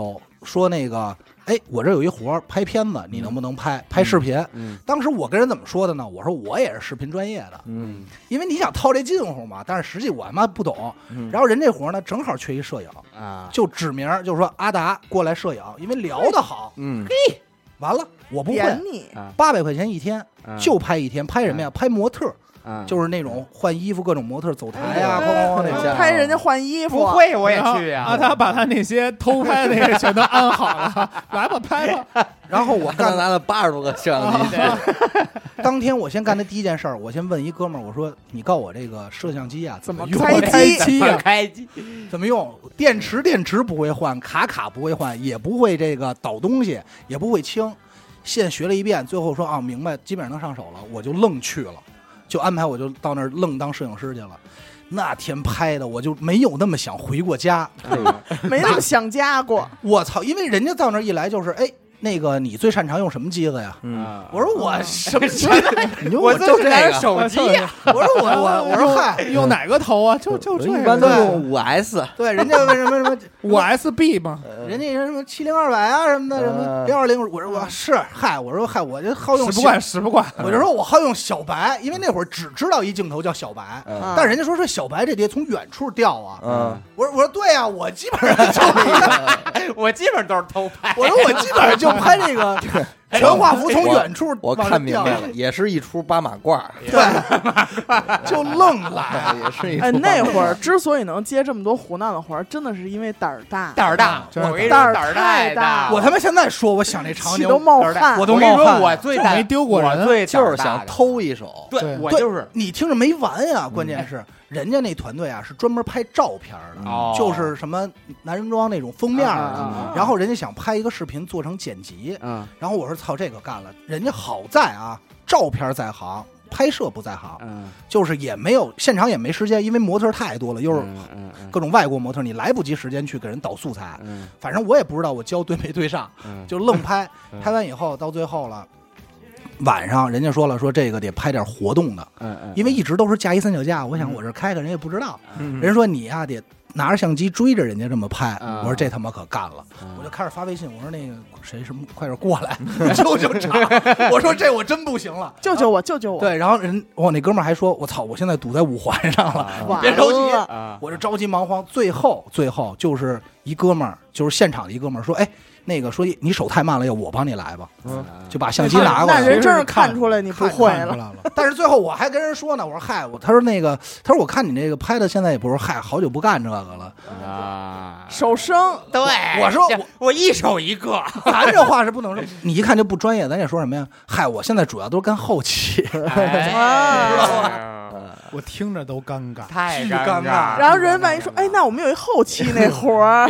说那个，哎，我这有一活拍片子，你能不能拍、嗯、拍视频、嗯？当时我跟人怎么说的呢？我说我也是视频专业的，嗯，因为你想套这近乎嘛，但是实际我他妈不懂。嗯、然后人这活呢，正好缺一摄影啊，就指名就是说阿达过来摄影，因为聊得好，嗯，嘿，完了我不会，八百块钱一天、嗯、就拍一天，拍什么呀？嗯、拍模特。嗯，就是那种换衣服各种模特走台呀、啊，哐哐那些拍人家换衣服， 不会我也去呀、啊。 啊，他把他那些偷拍的那个全都安好了，来吧拍吧。 然后我干拿了八十多个摄像机。 当天我先干的第一件事儿，我先问一哥们儿，我说你告我这个摄像机啊怎么开机啊？开机怎么用？电池电池不会换，卡卡不会换，也不会这个导东西，也不会清。现学了一遍，最后说啊明白，基本上能上手了，我就愣去了。就安排我就到那儿愣当摄影师去了，那天拍的我就没有那么想回过家， 没那么想家过。 我操！因为人家到那儿一来就是哎。那个你最擅长用什么机子呀？ 嗯， 我说我什么机子？你说我就这个手机呀？ 我说我我我说嗨， 用哪个头啊？就就这一般都用五 S。 对，人家为什么什么五 S B 嘛？ 人家什么七零二百啊什么的，什么零二零，我说我是嗨，我说嗨，我就好用使不惯使不惯， 我就说我好用小白，因为那会儿只知道一镜头叫小白，但人家说这小白这得从远处调啊。嗯，我说我说对啊，我基本上就我基本上都是偷拍。 我说我基本上就拍这个全画幅从远处我看明白了，也是一出八马褂， 对，就愣来， 也是一出。 哎，那会儿之所以能接这么多胡闹的活儿，真的是因为胆儿大， 胆儿大，我跟你说胆儿太大。 我他妈现在说，我想这场景都冒汗， 我都跟你说，我最没丢过人， 最就是想偷一手。 对，我就是你听着没完呀，关键是。人家那团队啊是专门拍照片的，哦、就是什么男人装那种封面的、啊，然后人家想拍一个视频做成剪辑，嗯，然后我说操这个干了，人家好在啊照片在行，拍摄不在行，嗯，就是也没有现场也没时间，因为模特太多了，又是各种外国模特，你来不及时间去给人导素材，嗯，反正我也不知道我焦对没对上，嗯、就愣拍，拍完以后到最后了。晚上人家说了，说这个得拍点活动的，嗯嗯，因为一直都是架一三脚架，我想我这开开人也不知道，嗯，人说你呀、啊、得拿着相机追着人家这么拍，嗯、我说这他妈可干了，嗯、我就开始发微信，我说那个谁什么快点过来救救场，我说这我真不行了， 救救我救救我， 对，然后人我那哥们儿还说，我操，我现在堵在五环上了，啊、别着急，啊、我就着急忙慌，最后最后就是一哥们儿，就是现场的一哥们儿说，哎。那个说你手太慢了，要我帮你来吧，嗯，就把相机拿过来。 那人真是看出来你不会了。 了但是最后我还跟人说呢，我说嗨，我他说那个他说我看你那个拍的现在也不是嗨，好久不干这个了啊， 手生对， 我说我我一手一个， 咱这话是不能说，你一看就不专业，咱也说什么呀？嗨，我现在主要都是干后期， 哎、知道吗？ 我听着都尴尬， 太尴尬。 然后人万一说，哎，那我们有一后期那活儿。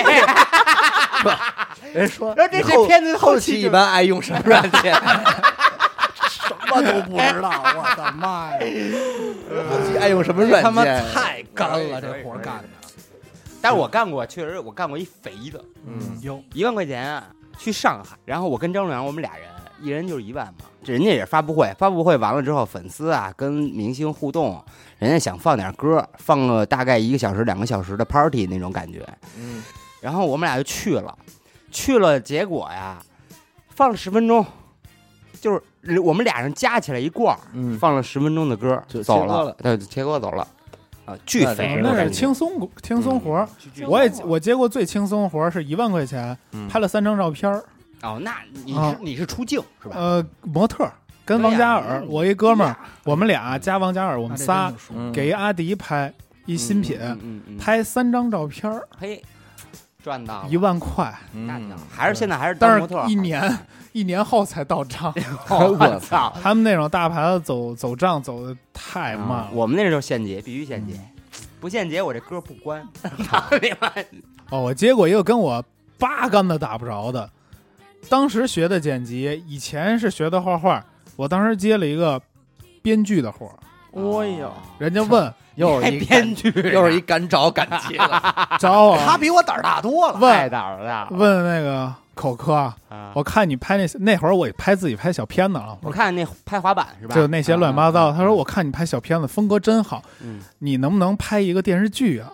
人说， 这这片子后期一般爱用什么软件？ 什么都不知道，我的妈呀！ 后期爱用什么软件？ 他妈太干了，这活干的。 但是我干过，确实我干过一肥的， 嗯，有一万块钱去上海，然后我跟张龙阳我们俩人，一人就是一万嘛。这人家也是发布会，发布会完了之后，粉丝啊跟明星互动，人家想放点歌，放个大概一个小时、两个小时的 party 那种感觉，嗯。然后我们俩就去了，去了，结果呀，放了十分钟，就是我们俩人加起来一罐，嗯，放了十分钟的歌就走了，对，切割走了，啊，巨肥， 那是轻松轻松活、嗯、我也我接过最轻松活是一万块钱、嗯、拍了三张照片。 哦，那你是、啊、你是出镜是吧？ 呃，模特跟王嘉尔，我一哥们儿，我们俩加王嘉尔，我们仨给阿迪拍一新品， 嗯嗯嗯、 拍三张照片， 嘿。赚到一万块， 嗯，还是现在还是当模特，一年一年后才到账。 我操！ 他们那种大牌子走走账走的太慢了、 嗯，我们那时候现结，必须现结，嗯、不现结我这歌不关。 哦，我接过一个跟我八竿子打不着的，当时学的剪辑，以前是学的画画，我当时接了一个编剧的活。 哦呦， 人家问。 又是一编剧， 又是一敢找敢接了， 找我， 他比我胆儿大多了， 太胆儿大了。 问那个口科，啊、我看你拍那那会儿我拍自己拍小片子了， 我看那拍滑板是吧？ 就那些乱七八糟。啊、他说我看你拍小片子风格真好，嗯，你能不能拍一个电视剧啊？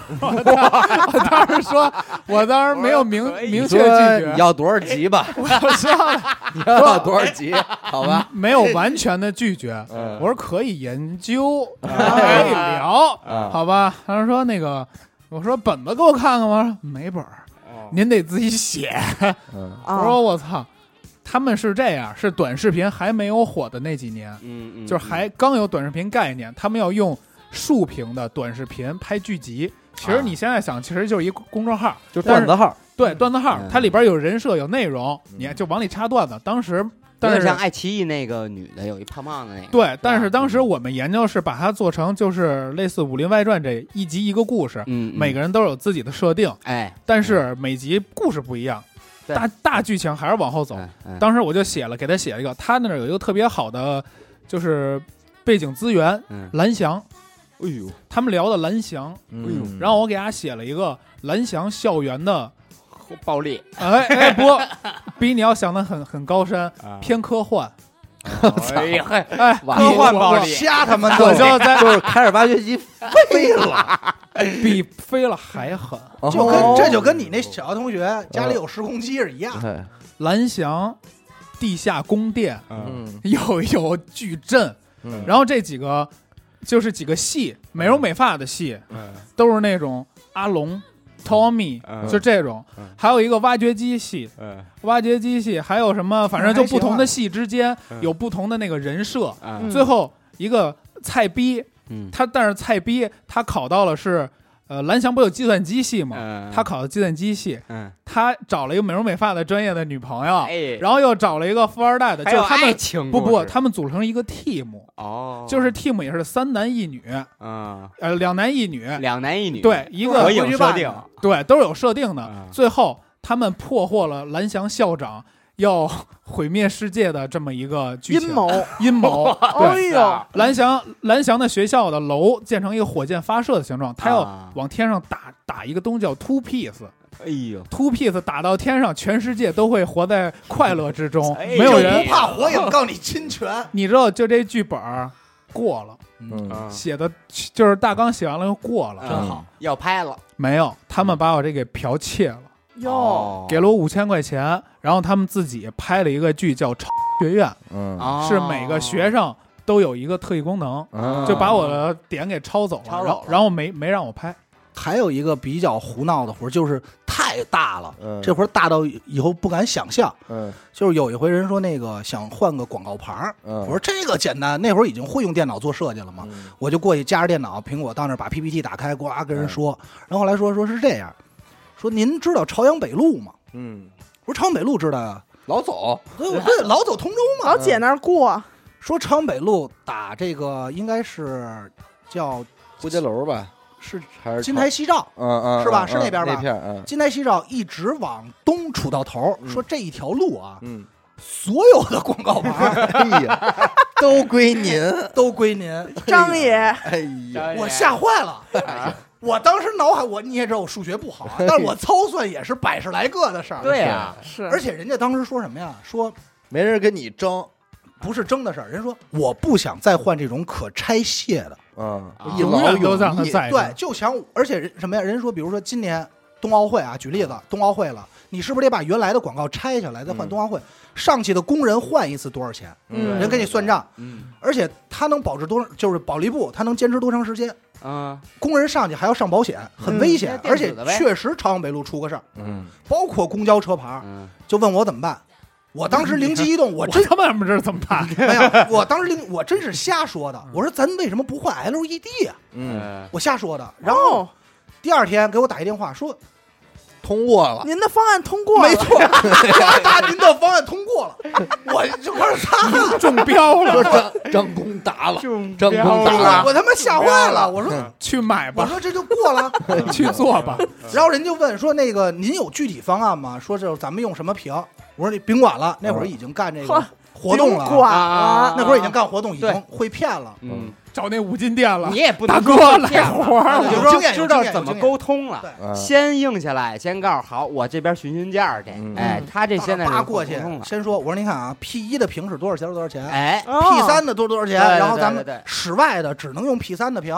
我当时说，我当时没有明明确拒绝， 你要多少集吧？ 我说你要多少集？好吧， 没有完全的拒绝。我说可以研究，可以聊，好吧？他说那个，我说本子给我看看吗？没本儿，您得自己写。我说我操。他们是这样，是短视频还没有火的那几年， 嗯嗯， 就是还刚有短视频概念，他们要用竖屏的短视频拍剧集。其实你现在想，其实就是一公众号， 就段子号， 对，段子号，它里边有人设有内容，你就往里插段子。当时，但是像爱奇艺那个女的有一胖胖的那个， 对，但是当时我们研究是把它做成就是类似《武林外传》这一集一个故事， 嗯， 每个人都有自己的设定， 哎， 但是每集故事不一样。大大剧情还是往后走。当时我就写了，给他写了一个，他那儿有一个特别好的，就是背景资源，蓝翔。 哎呦， 他们聊的蓝翔，哎呦，然后我给他写了一个蓝翔校园的暴力。 哎哎，不，比你要想的很很高深，偏科幻。 哎呀， 哎， 科幻暴力， 瞎他妈！ 我就在就是开着挖掘机飞了， 比飞了还狠， 就跟这就跟你那小学同学家里有时空机是一样。 蓝翔地下宫殿，嗯，有有矩阵，然后这几个就是几个戏，美容美发的戏，都是那种阿龙。Tommy 就这种，还有一个挖掘机系，挖掘机系还有什么？反正就不同的戏之间有不同的那个人设。最后一个菜逼，他但是菜逼他考到了是呃蓝翔不有计算机系吗？他考的计算机系，他找了一个美容美发的专业的女朋友，然后又找了一个富二代的，就他们不不，他们组成一个 team 哦，就是 team 也是三男一女，嗯，呃两男一女， 两男一女， 对，一个合影设定， 对，都是有设定的。最后他们破获了蓝翔校长要毁灭世界的这么一个剧情阴谋， 阴谋。 哎呦， 蓝翔蓝翔的学校的楼建成一个火箭发射的形状，他要往天上打打一个东西叫 two piece。 哎呦 ，two piece 打到天上，全世界都会活在快乐之中，哎、没有人不怕火影告你侵权。 你知道，就这剧本过了，嗯，写的就是大纲写完了又过了， 真好。要拍了没有？他们把我这给剽窃了， 哟， 给了我五千块钱，然后他们自己拍了一个剧叫《超学院》，嗯，是每个学生都有一个特异功能，嗯、就把我的点给抄走了， 抄然后然后没没让我拍。 还有一个比较胡闹的活，就是太大了，嗯、这活大到以后不敢想象。嗯，就是有一回人说那个想换个广告牌，嗯、我说这个简单，那会儿已经会用电脑做设计了嘛，嗯、我就过去夹着电脑，苹果到那儿把 P P T 打开，呱跟人说，嗯、然后后来说说是这样，说您知道朝阳北路吗？嗯，我说朝阳北路知道呀， 老走， 对对，老走通州嘛， 老姐那儿过。 说朝阳北路打这个应该是叫蝴蝶楼吧。 是还是金台西照， 嗯嗯， 是吧？是那边吧？ 那片，嗯， 金台西照一直往东杵到头，说这一条路啊，嗯，所有的广告牌， 哎呀，都归您， 都归您， 张爷， 哎呀， 我吓坏了。我当时脑海，我你也知道我数学不好啊，但是我操算也是百十来个的事儿。 对呀， 是， 而且人家当时说什么呀？说没人跟你争。 不是争的事儿，人说我不想再换这种可拆卸的， 嗯， 永远都让他在。 对，就想，而且人什么呀？人说，比如说今年冬奥会啊，举例子，冬奥会了，你是不是得把原来的广告拆下来，再换冬奥会？嗯、上去的工人换一次多少钱？嗯，人给你算账。嗯，而且他能保质多，就是保利布，他能坚持多长时间？嗯，工人上去还要上保险，很危险， 嗯、 而且确实朝阳北路出个事儿。嗯，包括公交车牌，嗯、就问我怎么办。我当时灵机一动，我真他妈不知道怎么办。 没有，我当时灵，我真是瞎说的。我说咱为什么不换 L E D 啊？嗯，我瞎说的。然后第二天给我打一电话说通过了， 您的方案通过了， 没错，答您的方案通过了，我就开始擦中标了， 张张工达了，张工达了， 我他妈吓坏了。我说去买吧， 我说这就过了， 去做吧。 然后人就问说那个您有具体方案吗？说这咱们用什么屏？我说你甭管了，那会儿已经干这个活动了， 管了， 那会儿已经干活动，已经会骗了。 嗯，找那五金店了， 你也不大哥来活儿， 有说知道怎么沟通了。先硬下来，先告诉好，我这边询询价去。哎，他这现在扒过去，先说，我说您看啊 ，P 一的屏是多少钱？多少钱？ 哎 ，P 三的多多少钱？然后咱们室外的只能用 P 三的屏。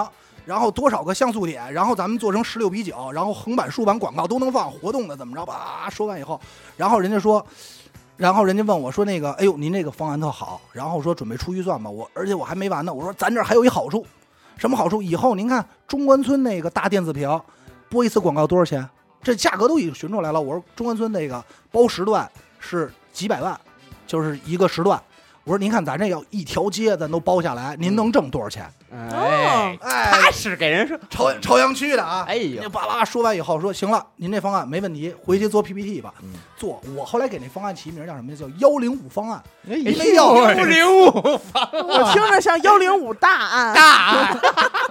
然后多少个像素点，然后咱们做成十六比九，然后横版竖版广告都能放，活动的怎么着吧？说完以后，然后人家说，然后人家问我说那个，哎呦，您这个方案特好，然后说准备出预算吧，我而且我还没完呢，我说咱这儿还有一好处，什么好处？以后您看中关村那个大电子屏播一次广告多少钱？这价格都已经询出来了。我说中关村那个包时段是几百万，就是一个时段。我说您看咱这要一条街咱都包下来，您能挣多少钱？ 哎哎，他是给人说朝朝阳区的啊！ 哎呦， 叭叭说完以后说行了，您这方案没问题，回去做 P P T 吧。嗯、做我后来给那方案起名叫什么？叫幺零五方案。 哎呦，幺零五方案， 我听着像幺零五大案。 大案。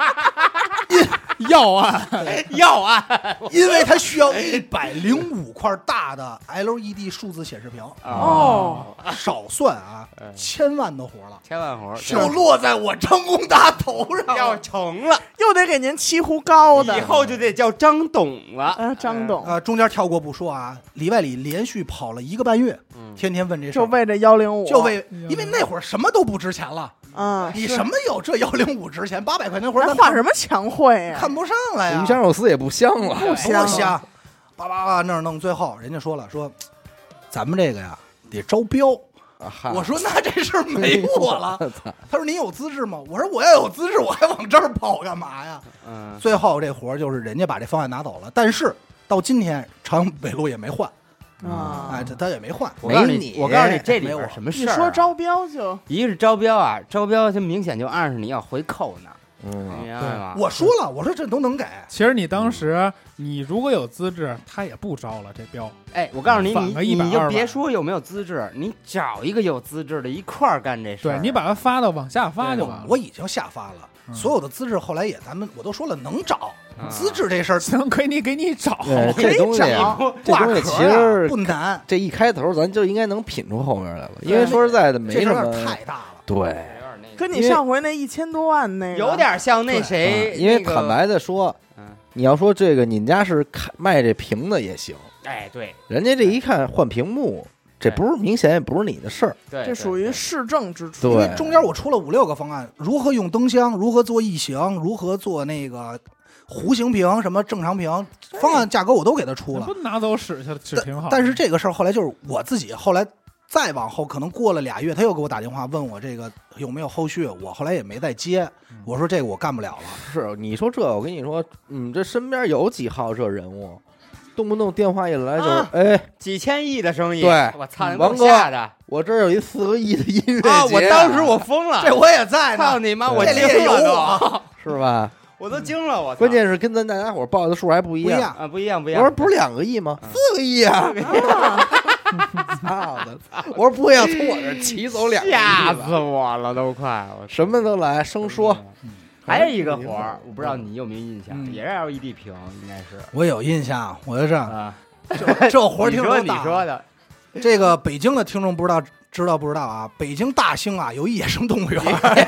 要案要案， 因为它需要一百零五块大的 L E D 数字显示屏哦， 少算啊，千万的活了， 千万活就落在我张工大头上， 要成了， 又得给您沏壶高的， 以后就得叫张董了。 啊，张董啊，中间跳过不说啊，里外里连续跑了一个半月，天天问这事， 就为这幺零五， 就为，因为那会儿什么都不值钱了。 啊， 你什么有这幺零五值钱？八百块钱活咱画什么墙绘呀？ 看不上了呀！ 鱼香肉丝也不香了， 不香， 不香，叭叭叭那儿弄，最后人家说了，说咱们这个呀得招标。 啊、 我说那这事儿没我了。他说您有资质吗？我说我要有资质，我还往这儿跑干嘛呀？嗯，最后这活儿就是人家把这方案拿走了，但是到今天长阳北路也没换。啊，哎，他他也没换。 我告诉你，我告诉你，这里边什么事儿、啊？ 你说招标就一个是招标啊，招标它明显就暗示你要回扣呢。 嗯， 明白吗？ 我说了，我说这都能给。 其实你当时你如果有资质，他也不招了这标。 哎，我告诉你，你你就别说有没有资质，你找一个有资质的一块儿干这事。 对，你把它发到往下发就完了。 我已经下发了。所有的资质后来也咱们我都说了能找，嗯、资质这事儿行，给你给你找， 这东西这东西其实不难， 这一开头咱就应该能品出后面来了，因为说实在的没什么太大了， 对， 跟你上回那一千多万那个有点像那谁， 因为坦白的说，你要说这个你们家是卖这屏的也行， 哎，对， 人家这一看换屏幕。这不是明显也不是你的事儿， 这属于市政支出。 因为中间我出了五六个方案，如何用灯箱，如何做异形，如何做那个弧形屏，什么正常屏，方案价格我都给他出了。 不拿走使去了，使挺好。 但是这个事儿后来就是我自己，后来再往后，可能过了俩月，他又给我打电话问我这个有没有后续，我后来也没再接。我说这个我干不了了。 是你说这，我跟你说，嗯，这身边有几号这人物。动不动电话一来就是，啊、哎， 几千亿的生意， 对， 我操， 王哥，我这儿有一四个亿的音乐节、啊啊，我当时我疯了， 这我也在呢， 操你妈，我这里也有我， 是吧？ 我都惊了，我关键是跟咱大家伙报的数还不一样啊，不一样，不一样。 我说不是两个亿吗？四个亿啊！操的！我说不会要从我这骑走两个亿， 吓死我了，都快，我什么都来，生说。 还有一个活儿，我不知道你有没有印象，也是 L E D 屏，应该是。 我有印象，我就这样。这这活儿听说你说的， 这个北京的听众不知道知道不知道啊？北京大兴啊有一野生动物园，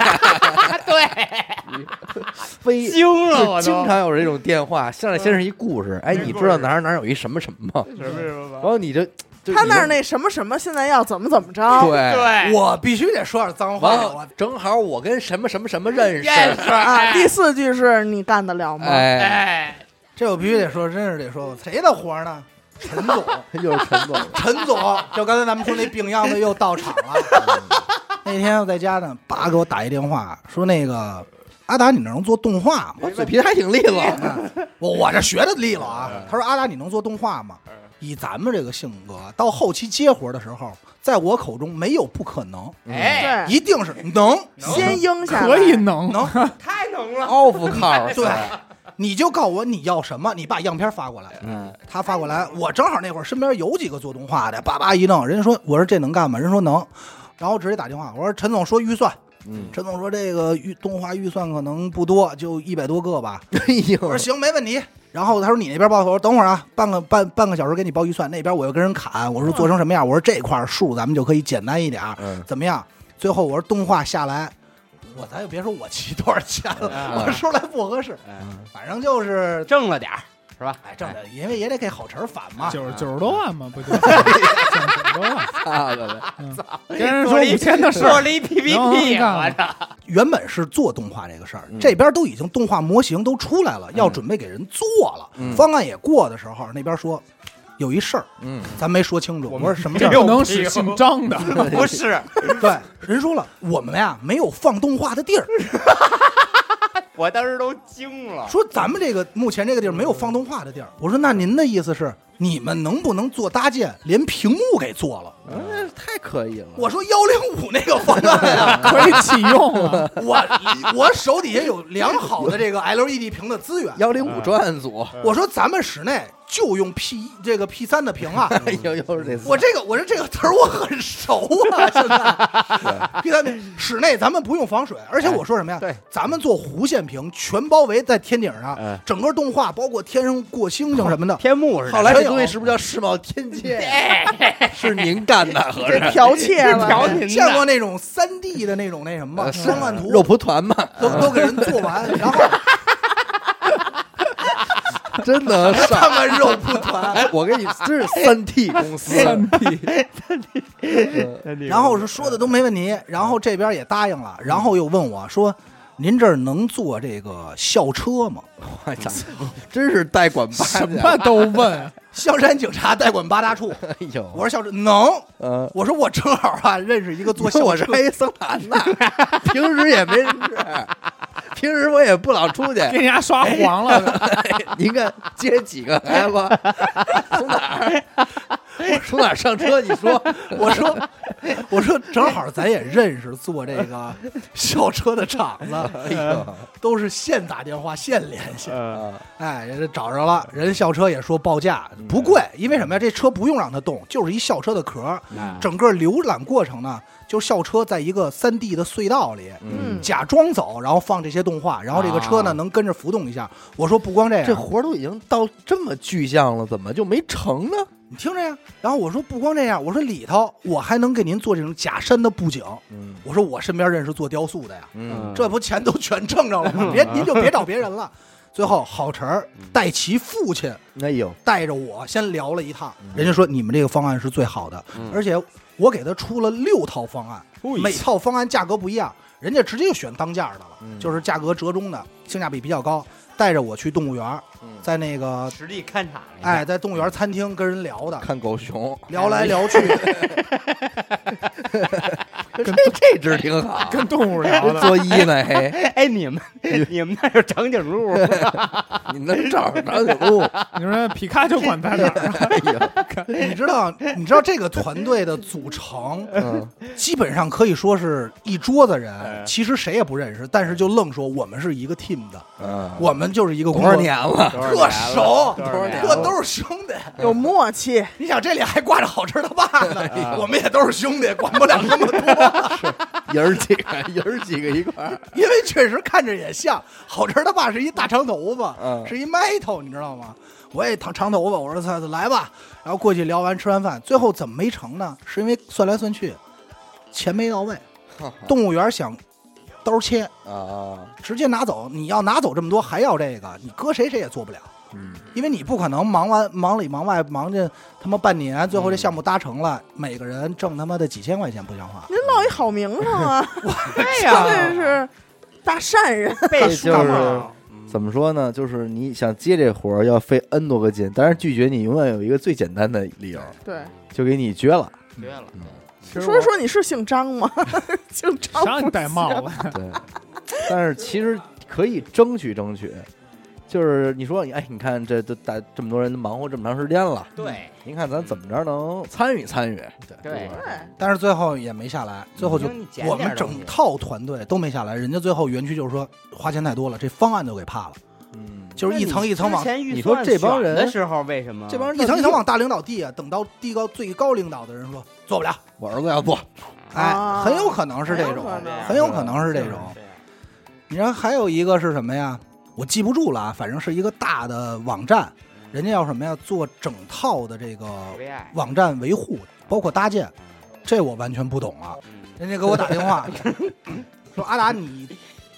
对， 飞惊了我都。 经常有这种电话，上来先是一故事，哎，你知道哪儿哪儿有一什么什么吗？ 什么什么？ 然后你就。 他那儿那什么什么现在要怎么怎么着？ 对对， 我必须得说点脏话。我正好我跟什么什么什么认识啊。第四句是你干得了吗？ 哎， 这我必须得说，真是得说，谁的活呢？陈总， 又是陈总， 陈总，就刚才咱们说那病样子又到场了。那天我在家呢，爸给我打一电话，说那个阿达，你那能做动画吗？ 我嘴皮还挺利落， 我我这学的利落啊。他说阿达，你能做动画吗？以咱们这个性格，到后期接活的时候，在我口中没有不可能， 哎， 一定是能， 先应下来， 可以能能， 太能了 ，off card， 对，你就告诉我你要什么，你把样片发过来，嗯，他发过来，我正好那会儿身边有几个做动画的，叭叭一弄，人家说，我说这能干吗？人说能，然后直接打电话，我说陈总说预算。嗯，陈总说这个预动画预算可能不多，就一百多个吧。 哎呦， 我说行，没问题。然后他说你那边报，我说等会儿啊，半个半半个小时给你报预算，那边我又跟人砍，我说做成什么样？我说这块数咱们就可以简单一点，嗯、怎么样？最后我说动画下来，我咱也别说我骑多少钱了，嗯、我说来不合适，嗯、反正就是挣了点儿。 是吧？ 哎，挣的，因为也得给郝晨返嘛， 九十九十多万嘛，不就九十多万？ 操的！ 操，跟人说五千的事， 做了一 P P T， 我操！ 原本是做动画这个事儿，这边都已经动画模型都出来了，要准备给人做了，方案也过的时候，那边说。有一事儿，嗯，咱没说清楚。我说什么事儿？ 不能使姓张的， 不是？ 对，人说了，我们呀没有放动画的地儿。 我当时都惊了， 说咱们这个目前这个地儿没有放动画的地儿。我说那您的意思是，你们能不能做搭建，连屏幕给做了？ 嗯，太可以了。 我说幺零五那个方案呀， 可以启用啊。 我我手底下有良好的这个 L E D 屏的资源， 幺零五专案组。 我说咱们室内。就用 P 这个 P 三的屏啊， 又又是这我这个我说这个词儿我很熟啊，现在 P 三屏室内咱们不用防水，而且我说什么呀？ 对， 咱们做弧线屏，全包围在天顶上，整个动画包括天上过星星什么的， 天幕是。 后来这东西是不是叫世贸天阶？是您干的，合着剽窃了。 剽窃见过那种三 D 的那种那什么方案图， 肉蒲团嘛， 都都给人做完，然后。 真的上他们肉蒲团， 哎，我跟你这是三 T 公司， 三 T， 三 T， 然后是说的都没问题，然后这边也答应了，然后又问我说：“您这儿能做这个校车吗？” 我操，真是代管八， 什么都问。 香山警察代管八大处。 哎呦， 我说校车能， 嗯， 我说我正好啊认识一个做校车， 我是黑桑塔纳，平时也没事。平时我也不老出去， 给人家刷黄了。 您看接几个孩子，从哪儿？从哪儿上车？你说， 我说，我说正好咱也认识做这个校车的厂子，哎呦，都是现打电话现联系。哎，人家找着了，人校车也说报价不贵，因为什么呀？这车不用让它动，就是一校车的壳，整个浏览过程呢。就是校车在一个三 D 的隧道里，嗯，假装走，然后放这些动画，然后这个车呢、啊、能跟着浮动一下。我说不光这样， 这活都已经到这么具象了，怎么就没成呢？ 你听着呀。然后我说不光这样，我说里头我还能给您做这种假山的布景。嗯，我说我身边认识做雕塑的呀，嗯，这不钱都全挣着了吗？别您就别找别人了。最后郝晨带其父亲， 哎呦， 带着我先聊了一趟，人家说你们这个方案是最好的，嗯、而且。我给他出了六套方案，每套方案价格不一样，人家直接就选当价的了，嗯、就是价格折中的，性价比比较高。带着我去动物园，嗯、在那个实地勘察， 哎，在动物园餐厅跟人聊的， 看狗熊， 聊来聊去。 这这只挺好， 跟动物聊的， 做医呢，嘿， 哎，你们你们那有长颈鹿， 你那找长颈鹿， 你说皮卡丘管在哪儿？ 哎你知道你知道这个团队的组成，嗯，基本上可以说是一桌子人，其实谁也不认识，但是就愣说我们是一个 team 的，嗯，我们就是一个工作， 多少年了， 特熟，特都是兄弟， 有默契。 你想这里还挂着郝晨他爸呢，我们也都是兄弟，管不了那么多。 爷儿几个，爷儿几个一块儿， 因为确实看着也像。郝晨他爸是一大长头发，嗯、是一麦头，你知道吗？我也长长头发，我说他来吧，然后过去聊完吃完饭，最后怎么没成呢？是因为算来算去，钱没到位，动物园想刀切啊，直接拿走。你要拿走这么多，还要这个，你搁谁谁也做不了。嗯，因为你不可能忙完忙里忙外忙着他妈半年，最后这项目搭成了，每个人挣他妈的几千块钱，不像话。 您落一好名声啊！ 对呀， 真是大善人。 这就是怎么说呢？就是你想接这活儿要费 N 多个劲，但是拒绝你永远有一个最简单的理由， 对， 就给你撅了， 撅了。嗯、 说说你是姓张吗？姓张， 张戴帽子。 对，但是其实可以争取争取。就是你说你哎，你看这都大这么多人忙活这么长时间了， 对， 您看咱怎么着能参与参与？ 对对， 但是最后也没下来，最后就我们整套团队都没下来，人家最后园区就是说花钱太多了，这方案都给怕了，嗯，就是一层一层往。 你说这帮人的时候为什么这帮人一层一层往大领导递啊？等到递到最高领导的人说做不了， 我儿子要做， 哎，很有可能是这种，很有可能是这种。你说还有一个是什么呀？我记不住了啊，反正是一个大的网站，人家要什么呀？做整套的这个网站维护，包括搭建，这我完全不懂了。人家给我打电话说：“阿达，你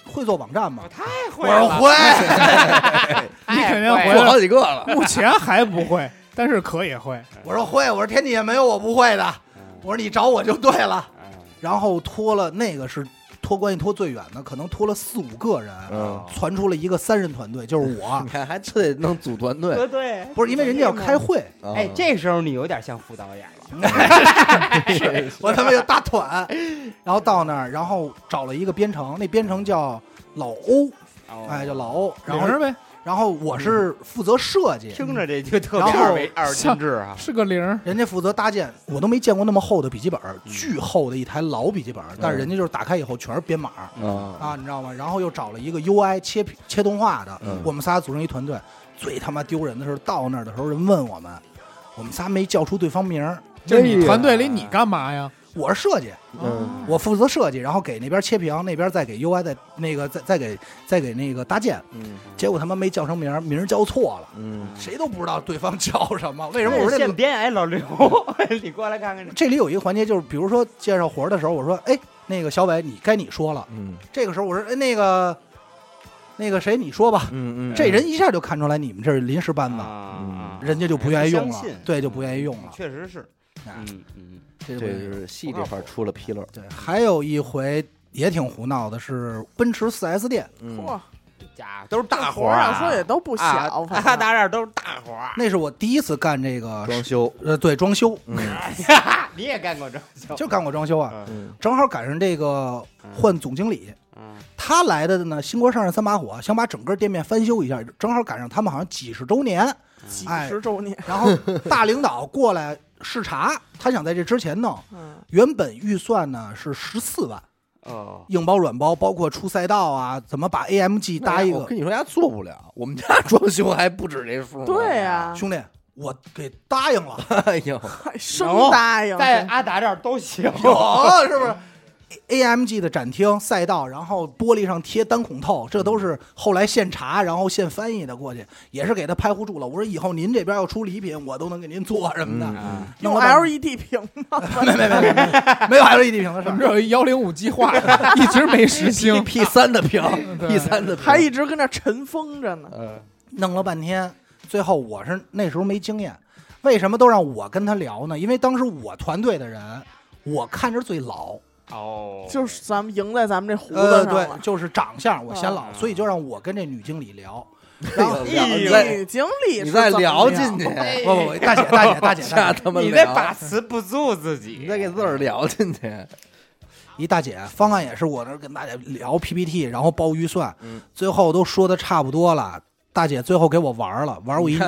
会做网站吗？ 太会了， 我说会， 你肯定会做好几个了。 目前还不会，但是可以会。 我说会，我说天底下没有我不会的，我说你找我就对了。然后拖了那个是拖关系拖最远的，可能拖了四五个人，嗯，传出了一个三人团队，就是我。 你看还得能组团队， 对对， 不是因为人家要开会。 哎，这时候你有点像副导演了， 是我他妈有大团，然后到那儿，然后找了一个编程，那编程叫老欧，哎，叫老欧，然后呗。 然后我是负责设计， 听着这就特别二维二进制啊， 是个零。 人家负责搭建，我都没见过那么厚的笔记本，巨厚的一台老笔记本，但是人家就是打开以后全是编码啊，你知道吗？然后又找了一个 U I 切切动画的，我们仨组成一团队。最他妈丢人的是到那儿的时候，人问我们，我们仨没叫出对方名。 就是你团队里你干嘛呀？ 我是设计，嗯，我负责设计，然后给那边切屏，那边再给 U I 再那个再再给再给那个搭建，嗯，结果他妈没叫成名，名叫错了，嗯，谁都不知道对方叫什么。为什么？我说现编哎，老刘，你过来看看。 这里有一个环节，就是比如说介绍活的时候，我说，哎，那个小伟，你该你说了，嗯，这个时候我说，哎，那个那个谁，你说吧，嗯嗯，这人一下就看出来你们这是临时班子，嗯，人家就不愿意用了，对，就不愿意用了， 确实是，嗯嗯。 这是戏这块出了纰漏。 对，还有一回也挺胡闹的，是奔驰 四 S 店， 哇， 家都是大活啊， 说也都不小， 大大点都是大活。 那是我第一次干这个装修， 呃，对，装修。 你也干过装修？ 就干过装修啊，正好赶上这个换总经理，他来的呢，兴国上任三把火，想把整个店面翻修一下，正好赶上他们好像几十周年， 几十周年， 然后大领导过来视察，他想在这之前弄，原本预算呢是十四万，哦，硬包软包，包括出赛道啊，怎么把 A M G 搭一个？ 我跟你说，人家做不了，我们家装修还不止这数。 对呀， 兄弟，我给答应了， 哎呦， 生答应， 在阿达这儿都行， 有是不是？ A M G 的展厅赛道，然后玻璃上贴单孔透，这都是后来现查，然后现翻译的过去，也是给他拍糊住了。我说以后您这边要出礼品，我都能给您做什么的。 嗯、用 L E D 屏吗？ 没没没没没，没有 L E D 屏的事。 我们这有一幺零五计划，一直没实行。 P 三的屏 ，P 三的屏还一直跟那尘封着呢。 呃，弄了半天，最后我是那时候没经验，为什么都让我跟他聊呢？因为当时我团队的人，我看着最老。 哦， 就是咱们赢在咱们这胡子上了， 呃、对，就是长相我显老，所以就让我跟这女经理聊。 然后女经理你再聊进去， 不不不，大姐大姐大姐， 大姐， 你得把持不住自己， 你再给字儿聊进去。 一大姐方案也是我那跟大姐聊 P P T， 然后报预算，嗯、最后都说的差不多了。大姐最后给我玩了，玩我一，那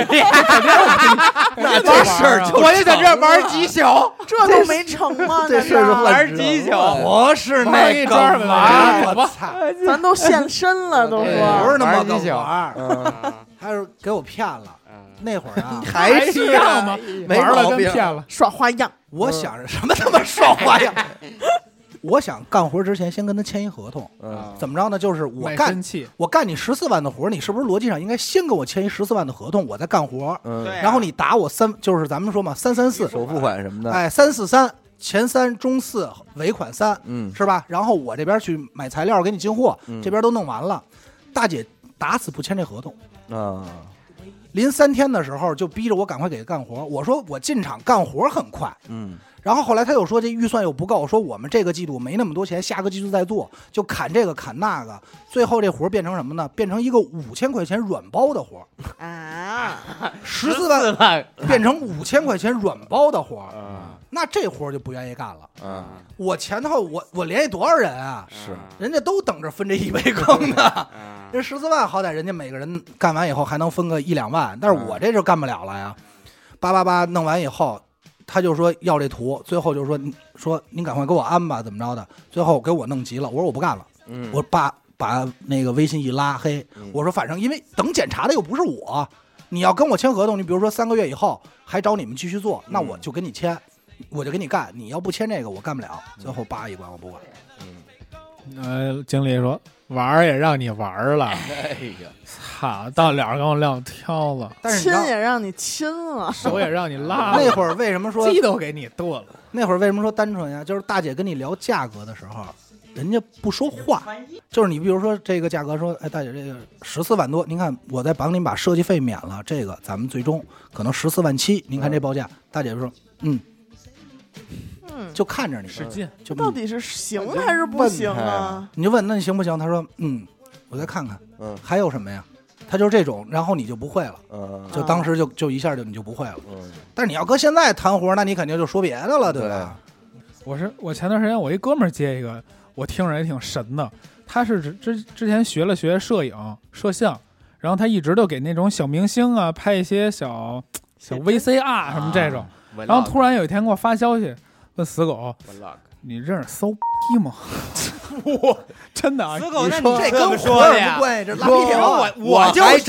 这事儿就我就在这玩几宿， 这都没成吗？ 这事儿玩几宿， 不是那个玩，我操， 咱都现身了，都说不是那么个玩，还是给我骗了。那会儿啊， 还是一样吗？玩了跟骗了， 耍花样。 我想着什么他妈耍花样。我想干活之前先跟他签一合同，嗯，怎么着呢？就是我干我干你十四万的活，你是不是逻辑上应该先跟我签一十四万的合同，我再干活，嗯，然后你打我三，就是咱们说嘛，三三四首付款什么的， 哎，三四三，前三中四尾款三，嗯，是吧？然后我这边去买材料给你进货，嗯、这边都弄完了，大姐打死不签这合同啊。临三天的时候就逼着我赶快给他干活，我说我进场干活很快，嗯。然后后来他又说这预算又不够，说我们这个季度没那么多钱，下个季度再做，就砍这个砍那个，最后这活变成什么呢？变成一个五千块钱软包的活啊，十四万变成五千块钱软包的活，啊，那这活就不愿意干了。啊，我前头我我联系多少人啊？ 是， 人家都等着分这一杯羹呢。这十四万好歹人家每个人干完以后还能分个一两万，但是我这就干不了了呀。叭叭叭弄完以后。他就说要这图，最后就说说您赶快给我安吧，怎么着的？最后给我弄急了，我说我不干了，嗯，我把把那个微信一拉黑，嗯、我说反正因为等检查的又不是我，你要跟我签合同，你比如说三个月以后还找你们继续做，那我就跟你签，我就跟你干，你要不签这个我干不了。最后叭一关我不管， 嗯，呃，经理说玩也让你玩了，哎呀。操！到脸跟我撂挑了， 但是亲也让你亲了， 手也让你拉了。 那会儿为什么说鸡都给你剁了？ 那会儿为什么说单纯呀？就是大姐跟你聊价格的时候， 人家不说话，就是你比如说这个价格说，哎，大姐这个十四万多，您看我再帮您把设计费免了，这个咱们最终可能十四万七，您看这报价，大姐就说，嗯。嗯，就看着你使劲， 就到底是行还是不行啊？ 你就问，那你行不行？他说，嗯，我再看看，嗯，还有什么呀？他就是这种，然后你就不会了，嗯，就当时就就一下就你就不会了，嗯。但是你要搁现在谈活，那你肯定就说别的了，对吧？ 我是我前段时间我一哥们儿接一个，我听着也挺神的，他是之之之前学了学摄影摄像，然后他一直都给那种小明星啊拍一些小小 V C R 什么这种，啊、然后突然有一天给我发消息。问死狗，你认识骚逼吗？我真的啊！ 死狗，那你这跟我说的呀？ 这拉皮条， 我我就是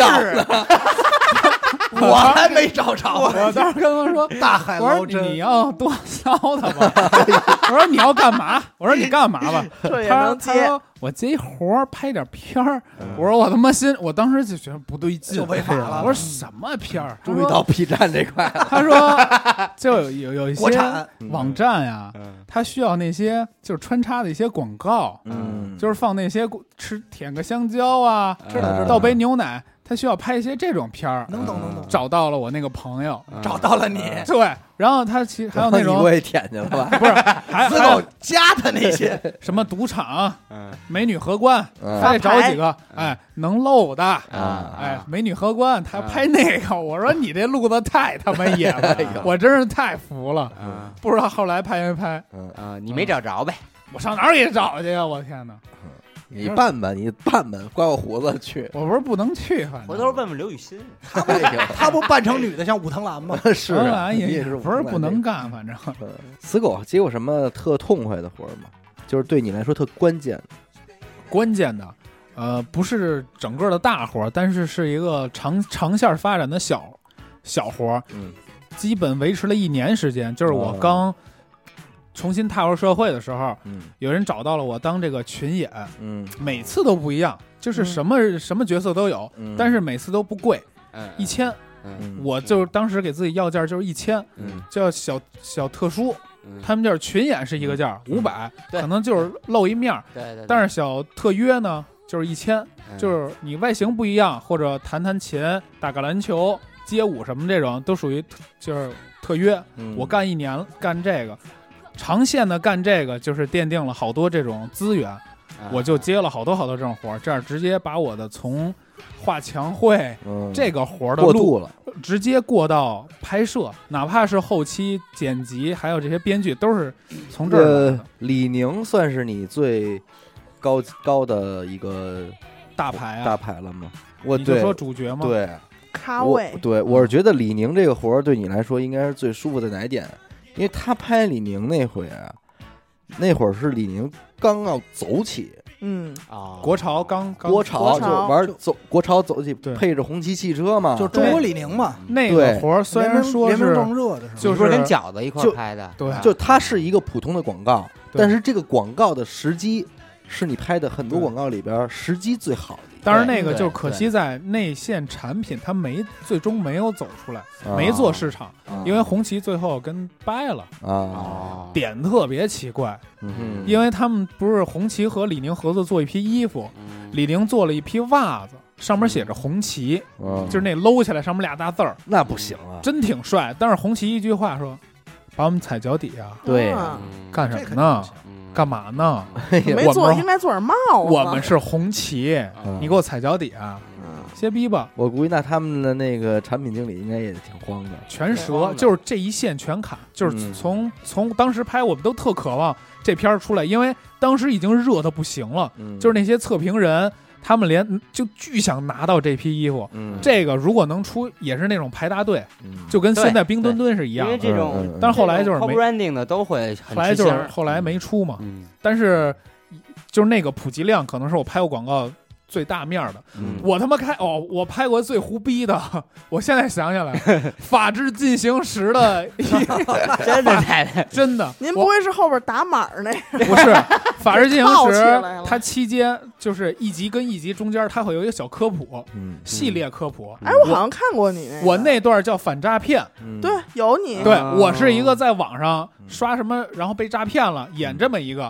我还没找着。 我当时跟他说：“ 大海捞针， 你要多骚他吧？”我说：“你要干嘛？”我说：“你干嘛吧？” 这也能接。 我接一活拍点片儿。我说：“我他妈心，我当时就觉得不对劲， 就违法了。” 我说：“什么片儿？” 终于到 P 站这块了。 他说：“就有有有一些网站呀， 嗯、 他需要那些就是穿插的一些广告， 嗯， 就是放那些吃舔个香蕉啊， 嗯、 倒杯牛奶。”他需要拍一些这种片儿， 能懂能懂。 找到了我那个朋友， 嗯、找到了你， 对。然后他其实还有那种， 我也舔去了吧？ 不是，还还有加的那些什么赌场、嗯、美女荷官，嗯、还得找几个，哎，能露的， 啊、 哎，美女荷官，他拍那个，我说你这路子太他妈野了，哎、我真是太服了。 嗯、 不知道后来拍没拍？ 嗯啊，你没找着呗？ 我上哪儿给找去呀？我天哪！ 你办办，你办办，刮个胡子去。 我不是不能去，反正回头问问刘雨欣， 他不他不扮成女的像武藤兰吗？ 是啊， 也也是不是不能干，反正。 死狗接过什么特痛快的活吗？就是对你来说特关键的， 关键的，呃，不是整个的大活，但是是一个长长线发展的小小活， 嗯， 基本维持了一年时间，就是我刚。重新踏入社会的时候， 嗯， 有人找到了我当这个群演， 嗯， 每次都不一样，就是什么、嗯、什么角色都有， 嗯， 但是每次都不贵， 嗯， 一千， 嗯， 我就当时给自己要价就是一千， 嗯， 叫小小特殊， 嗯， 他们就是群演是一个价五百，可能就是露一面， 对对， 但是小特约呢就是一千， 嗯， 就是你外形不一样，或者弹弹琴、打个篮球、街舞什么这种都属于就是特约， 嗯， 我干一年干这个。长线的干这个就是奠定了好多这种资源，啊、我就接了好多好多这种活儿，这样直接把我的从画墙绘、嗯、这个活儿的路过渡了， 直接过到拍摄，哪怕是后期剪辑，还有这些编剧都是从这儿来的。 呃、李宁算是你最高高的一个大牌啊， 大牌了吗？我你就说主角吗？ 对， 咖位。 对，我是觉得李宁这个活儿对你来说应该是最舒服的哪一点？因为他拍李宁那会啊，那会儿是李宁刚要走起， 嗯啊，国潮刚刚国潮就玩走国潮走起，配着红旗汽车嘛， 就中国李宁嘛。 那个活虽然说是正热的， 就是跟饺子一块拍的， 对， 就它是一个普通的广告，但是这个广告的时机是你拍的很多广告里边时机最好的。 当然，那个就是可惜在内线产品它没最终没有走出来，没做市场，因为红旗最后跟掰了啊， 点特别奇怪， 嗯， 因为他们不是红旗和李宁合作做一批衣服，李宁做了一批袜子，上面写着红旗，就是那搂起来上面俩大字儿， 那不行啊， 真挺帅。但是红旗一句话说，把我们踩脚底下， 对， 干什么呢？干嘛呢？ 没做应该做点帽子。 我们是红旗，嗯、你给我踩脚底下，嗯、歇逼吧！ 我估计那他们的那个产品经理应该也挺慌的， 全折，就是这一线全砍，就是从、嗯、从当时拍，我们都特渴望这片儿出来，因为当时已经热的不行了， 嗯、 就是那些测评人。他们连就巨想拿到这批衣服， 嗯， 这个如果能出，也是那种排大队，嗯，就跟现在冰墩墩是一样的。 因为这种， 嗯、 但是后来就是没 branding 的都会很， 后来就是后来没出嘛， 嗯， 但是就是那个普及量，可能是我拍过广告最大面的。 嗯， 我他妈开哦，我拍过最胡逼的，我现在想起来，《法制进行时》的， 真的太真的。 您不会是后边打码那个？不是，《法制进行时》它期间就是一集跟一集中间，它会有一个小科普， 嗯， 系列科普。 哎，我好像看过你那个， 我那段叫反诈骗， 对，有你。 对，我是一个在网上刷什么，然后被诈骗了，演这么一个。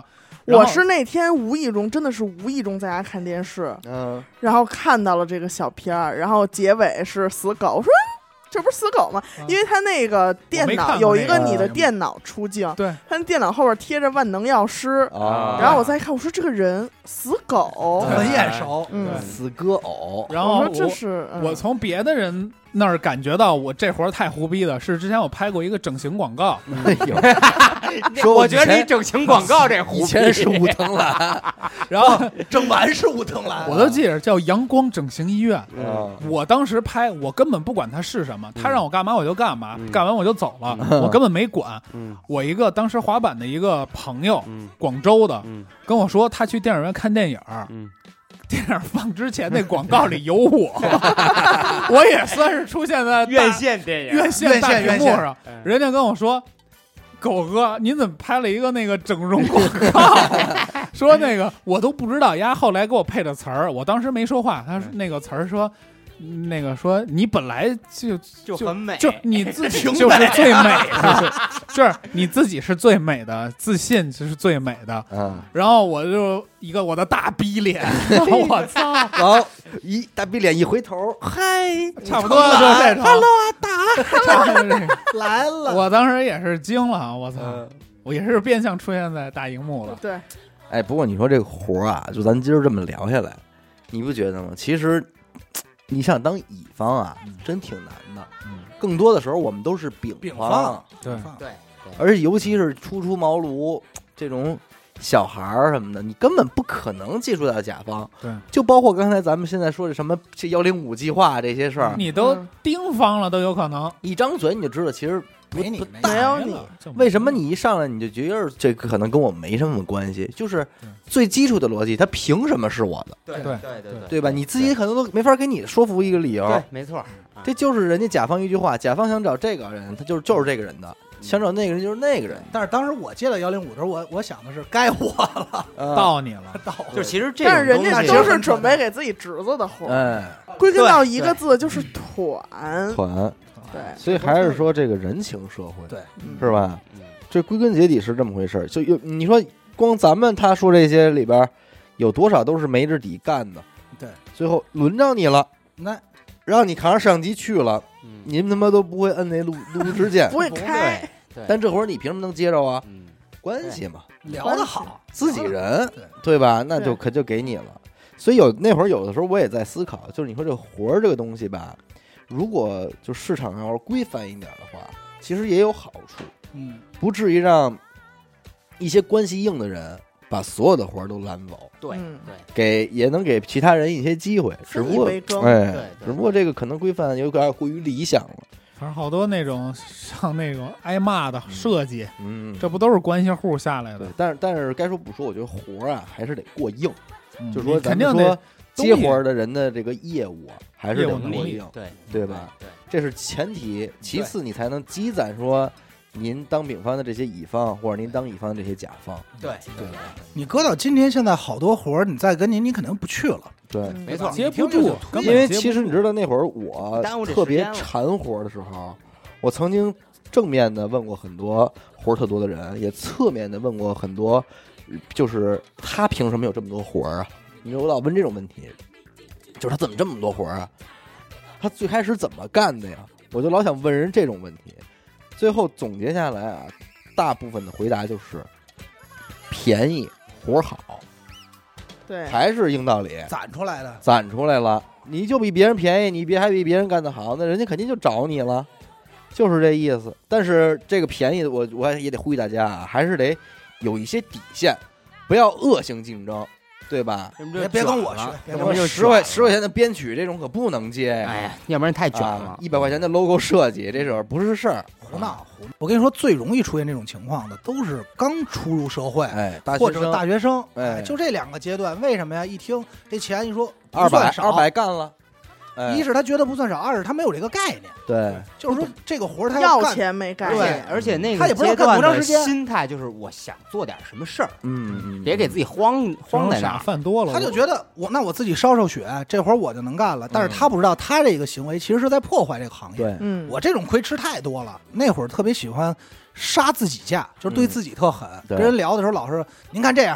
我是那天无意中，真的是无意中在家看电视，嗯，然后看到了这个小片儿，然后结尾是死狗，我说这不是死狗吗？因为他那个电脑有一个你的电脑出镜， 对， 他电脑后边贴着万能药师，然后我再看，我说这个人死狗很眼熟， 嗯， 死歌偶。 然后我这是我从别的人那儿感觉到我这活儿太胡逼的，是之前我拍过一个整形广告， 哎呦， 说我觉得你整形广告这胡逼， 以前是武藤兰， 然后整完是武藤兰， 我都记着叫阳光整形医院。 嗯， 我当时拍，我根本不管他是什么，他让我干嘛我就干嘛， 嗯、 干完我就走了，嗯、我根本没管。 嗯、 我一个当时滑板的一个朋友，嗯、广州的，嗯、跟我说他去电影院看电影。嗯电影放之前那广告里有我，我也算是出现在院线电影、 院线大屏幕上。人家跟我说：“狗哥，您怎么拍了一个那个整容广告？”说那个我都不知道，丫后来给我配的词儿，我当时没说话。他说那个词儿说。那个说你本来就就很美， 就你自己就是最美的，就是你自己是最美的，自信就是最美的。嗯，然后我就一个我的大逼脸，我操！ 然后一大逼脸一回头，嗨， 差不多就这种。 Hello 啊，打来了！ 我当时也是惊了，我操！嗯、我也是变相出现在大荧幕了。 对， 哎，不过你说这个活啊，就咱今儿这么聊下来，你不觉得吗？其实。你想当乙方啊，嗯、真挺难的。嗯，更多的时候我们都是丙方， 丙方对对， 而且尤其是初出茅庐这种小孩儿什么的，你根本不可能接触到甲方。 对， 就包括刚才咱们现在说的什么这幺零五计划这些事儿， 你都盯方了都有可能， 一张嘴你就知道，其实没你没有你。 为什么你一上来你就觉得这可能跟我没什么关系？就是最基础的逻辑，他凭什么是我的？ 对对对对对吧？你自己可能都没法给你说服一个理由。 对，没错， 这就是人家甲方一句话，甲方想找这个人，他就是就是这个人的。想找那个人就是那个人， 但是当时我接到幺零五的时候，我我想的是该我了， 嗯、 到你了， 到就其实这， 但是人家都是准备给自己侄子的活， 哎， 归根到一个字就是团团， 对， 所以还是说这个人情社会， 对， 是吧？嗯、这归根结底是这么回事，就有你说光咱们他说这些里边有多少都是没着底干的， 对， 最后轮着你了， 那让你扛上摄像机去了。嗯、你们他妈都不会摁那录录制键， 不会开， 但这会儿你凭什么能接着啊？嗯、关系嘛， 聊得好， 自己人，对, 对吧？那就可就给你了。所以有那会儿有的时候我也在思考，就是你说这活儿这个东西吧，如果就市场上要是规范一点的话，其实也有好处， 嗯， 不至于让一些关系硬的人把所有的活儿都揽走。 对对， 给也能给其他人一些机会，只不过哎，只不过这个可能规范有点过于理想了。 反正好多那种像那种挨骂的设计，嗯，这不都是关系户下来的？ 但是但是该说不说，我觉得活啊还是得过硬， 嗯、 就是说咱们说接活的人的这个业务啊，还是得过硬， 对对吧？ 对， 这是前提，其次你才能积攒说。您当丙方的这些乙方，或者您当乙方的这些甲方， 对对， 你搁到今天，现在好多活儿，你再跟您，你肯定不去了。 对， 没错， 接不住。 因为其实你知道，那会儿我特别馋活的时候，我曾经正面的问过很多活特多的人，也侧面的问过很多，就是他凭什么有这么多活啊？你说我老问这种问题，就是他怎么这么多活啊？他最开始怎么干的呀？我就老想问人这种问题。最后总结下来啊，大部分的回答就是便宜活好， 对， 还是硬道理， 攒出来的， 攒出来了，你就比别人便宜，你别还比别人干得好，那人家肯定就找你了，就是这意思。但是这个便宜，我我也得呼吁大家啊，还是得有一些底线，不要恶性竞争。对吧？ 别别跟我学， 什么十块十块钱的编曲这种可不能接呀！ 哎呀，要不然太卷了。 一百块钱的 logo 设计，这种不是事儿， 胡闹胡闹。我跟你说，最容易出现这种情况的，都是刚出入社会， 哎， 或者大学生， 哎， 就这两个阶段。为什么呀？一听这钱，一说二百二百干了。 一是他觉得不算少，二是他没有这个概念。 对， 就是说这个活他要钱没概念， 对，而且那个他也不知道干多长时间， 心态就是我想做点什么事儿， 嗯， 别给自己慌慌在那儿。 饭多了， 他就觉得我那我自己烧烧血，这活我就能干了。但是他不知道，他这个行为其实是在破坏这个行业。 对， 嗯， 我这种亏吃太多了。那会儿特别喜欢杀自己价，就是对自己特狠。跟人聊的时候老是，您看这样。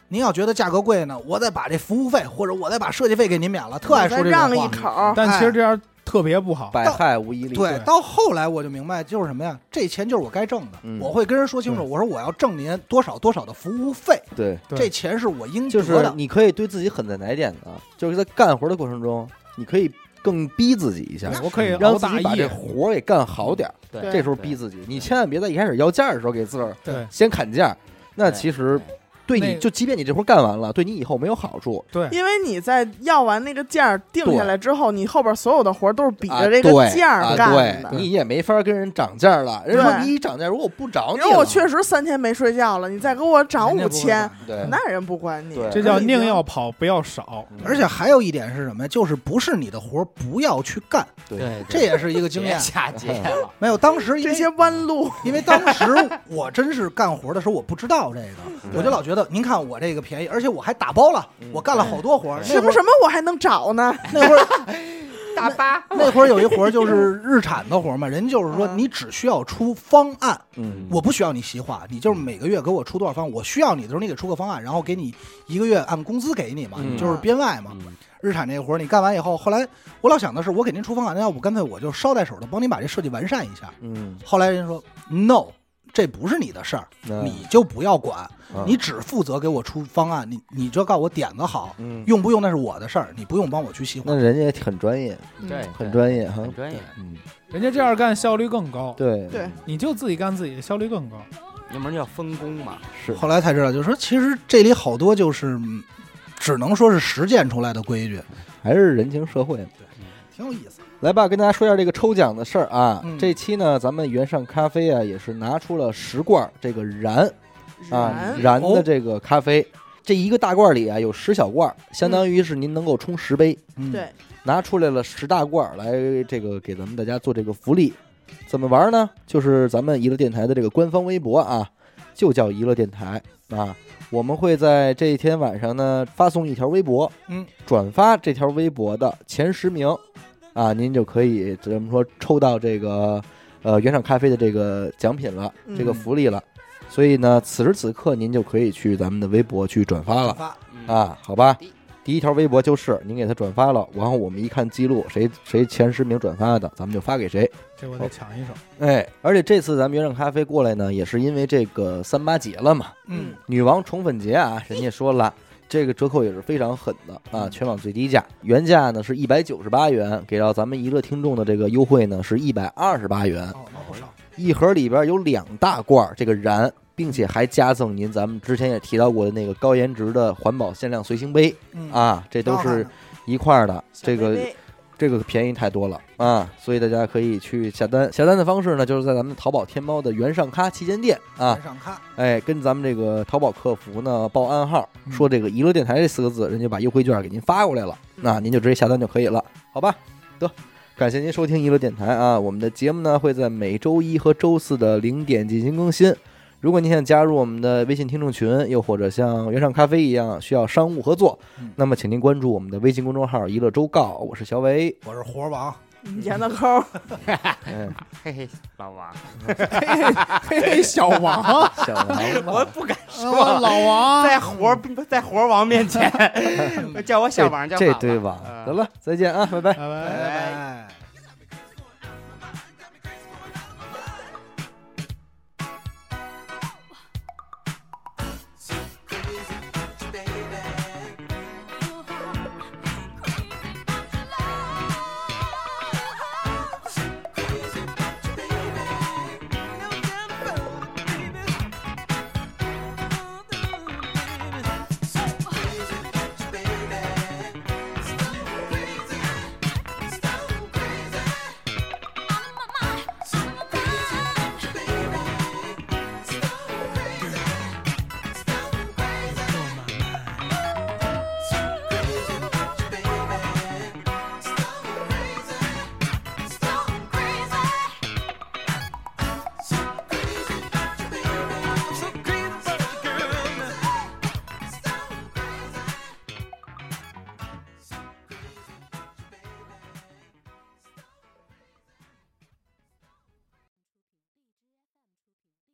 您要觉得价格贵呢，我再把这服务费或者我再把设计费给您免了，特爱说这种话。 让一口， 但其实这样特别不好， 百害无一利。 对，到后来我就明白，就是什么呀？这钱就是我该挣的， 嗯、 我会跟人说清楚，我说我要挣您多少多少的服务费。 对， 这钱是我应得的。 就是你可以对自己狠在哪点呢？就是在干活的过程中，你可以更逼自己一下， 我可以让自己把这活给干好点。 对， 这时候逼自己，你千万别在一开始要价的时候给自个儿对先砍价，那其实。对你就即便你这活干完了，对你以后没有好处。 对， 因为你在要完那个价定下来之后，你后边所有的活都是比着这个价干的， 啊、你也没法跟人涨价了。人说你一涨价，如果不找你， 因为我确实三天没睡觉了，你再给我涨五千，那人不管你。 这叫宁要跑不要少。 而且还有一点是什么？就是不是你的活不要去干。 对， 这也是一个经验。 下节了， 没有当时这些弯路， 因为当时我真是干活的时候我不知道这个，我就老觉得您看我这个便宜，而且我还打包了，我干了好多活。 什么什么我还能找呢？ 那会儿大巴那会儿有一活就是日产的活嘛，人就是说你只需要出方案， 嗯， 我不需要你细化，你就是每个月给我出多少方案，我需要你的时候你给出个方案，然后给你一个月按工资给你嘛， 嗯、 就是编外嘛。 嗯、 日产这个活你干完以后，后来我老想的是，我给您出方案，那要不干脆我就捎带手的帮您把这设计完善一下。 嗯， 后来人说 no。这不是你的事儿， 嗯、 你就不要管， 嗯、 你只负责给我出方案，你你就告诉我点子好， 嗯、 用不用那是我的事儿，你不用帮我去细化。 那人家也很专业， 对， 很专业哈， 很专业， 嗯， 人家这样干效率更高。 对对， 你就自己干自己的效率更高， 要不然叫分工嘛。 是， 后来才知道，就是说其实这里好多就是只能说是实践出来的规矩， 还是人情社会，对， 挺有意思。 来吧，跟大家说一下这个抽奖的事儿啊。 嗯、 这期呢，咱们原上咖啡啊，也是拿出了十罐这个燃啊燃的这个咖啡，哦、这一个大罐里啊有十小罐，相当于是您能够冲十杯。 嗯、对， 拿出来了十大罐来，这个给咱们大家做这个福利。怎么玩呢？就是咱们娱乐电台的这个官方微博啊，就叫娱乐电台啊。我们会在这一天晚上呢发送一条微博， 嗯， 转发这条微博的前十名。啊，您就可以怎么说抽到这个呃原厂咖啡的这个奖品了， 嗯、 这个福利了。所以呢，此时此刻您就可以去咱们的微博去转发了发、 嗯、 啊，好吧？第一条微博就是您给他转发了，然后我们一看记录，谁谁前十名转发的，咱们就发给谁。 这我得抢一手。 哎，而且这次咱们原厂咖啡过来呢，也是因为这个三八节了嘛， 嗯， 女王宠粉节啊，人家说了。这个折扣也是非常狠的啊，全网最低价，原价呢是一百九十八元，给到咱们娱乐听众的这个优惠呢是一百二十八元。 哦，那不少。 一盒里边有两大罐这个燃，并且还加赠您咱们之前也提到过的那个高颜值的环保限量随行杯、 嗯、 啊，这都是一块的。这个这个便宜太多了啊，所以大家可以去下单。下单的方式呢，就是在咱们淘宝天猫的原上咖旗舰店啊， 原上咖， 哎，跟咱们这个淘宝客服呢报暗号，说这个娱乐电台这四个字，人家把优惠券给您发过来了，那您就直接下单就可以了，好吧？得，感谢您收听娱乐电台啊，我们的节目呢会在每周一和周四的零点进行更新。如果您想加入我们的微信听众群，又或者像原上咖啡一样需要商务合作， 嗯、 那么请您关注我们的微信公众号“娱乐周告”，我是小伟， 我是活王， 严的抠， 嘿嘿，老王， 嘿嘿，小王， 小王， 我不敢说， 老王在活在活王面前叫我小王叫这堆王，得了，再见啊，拜拜， 拜拜。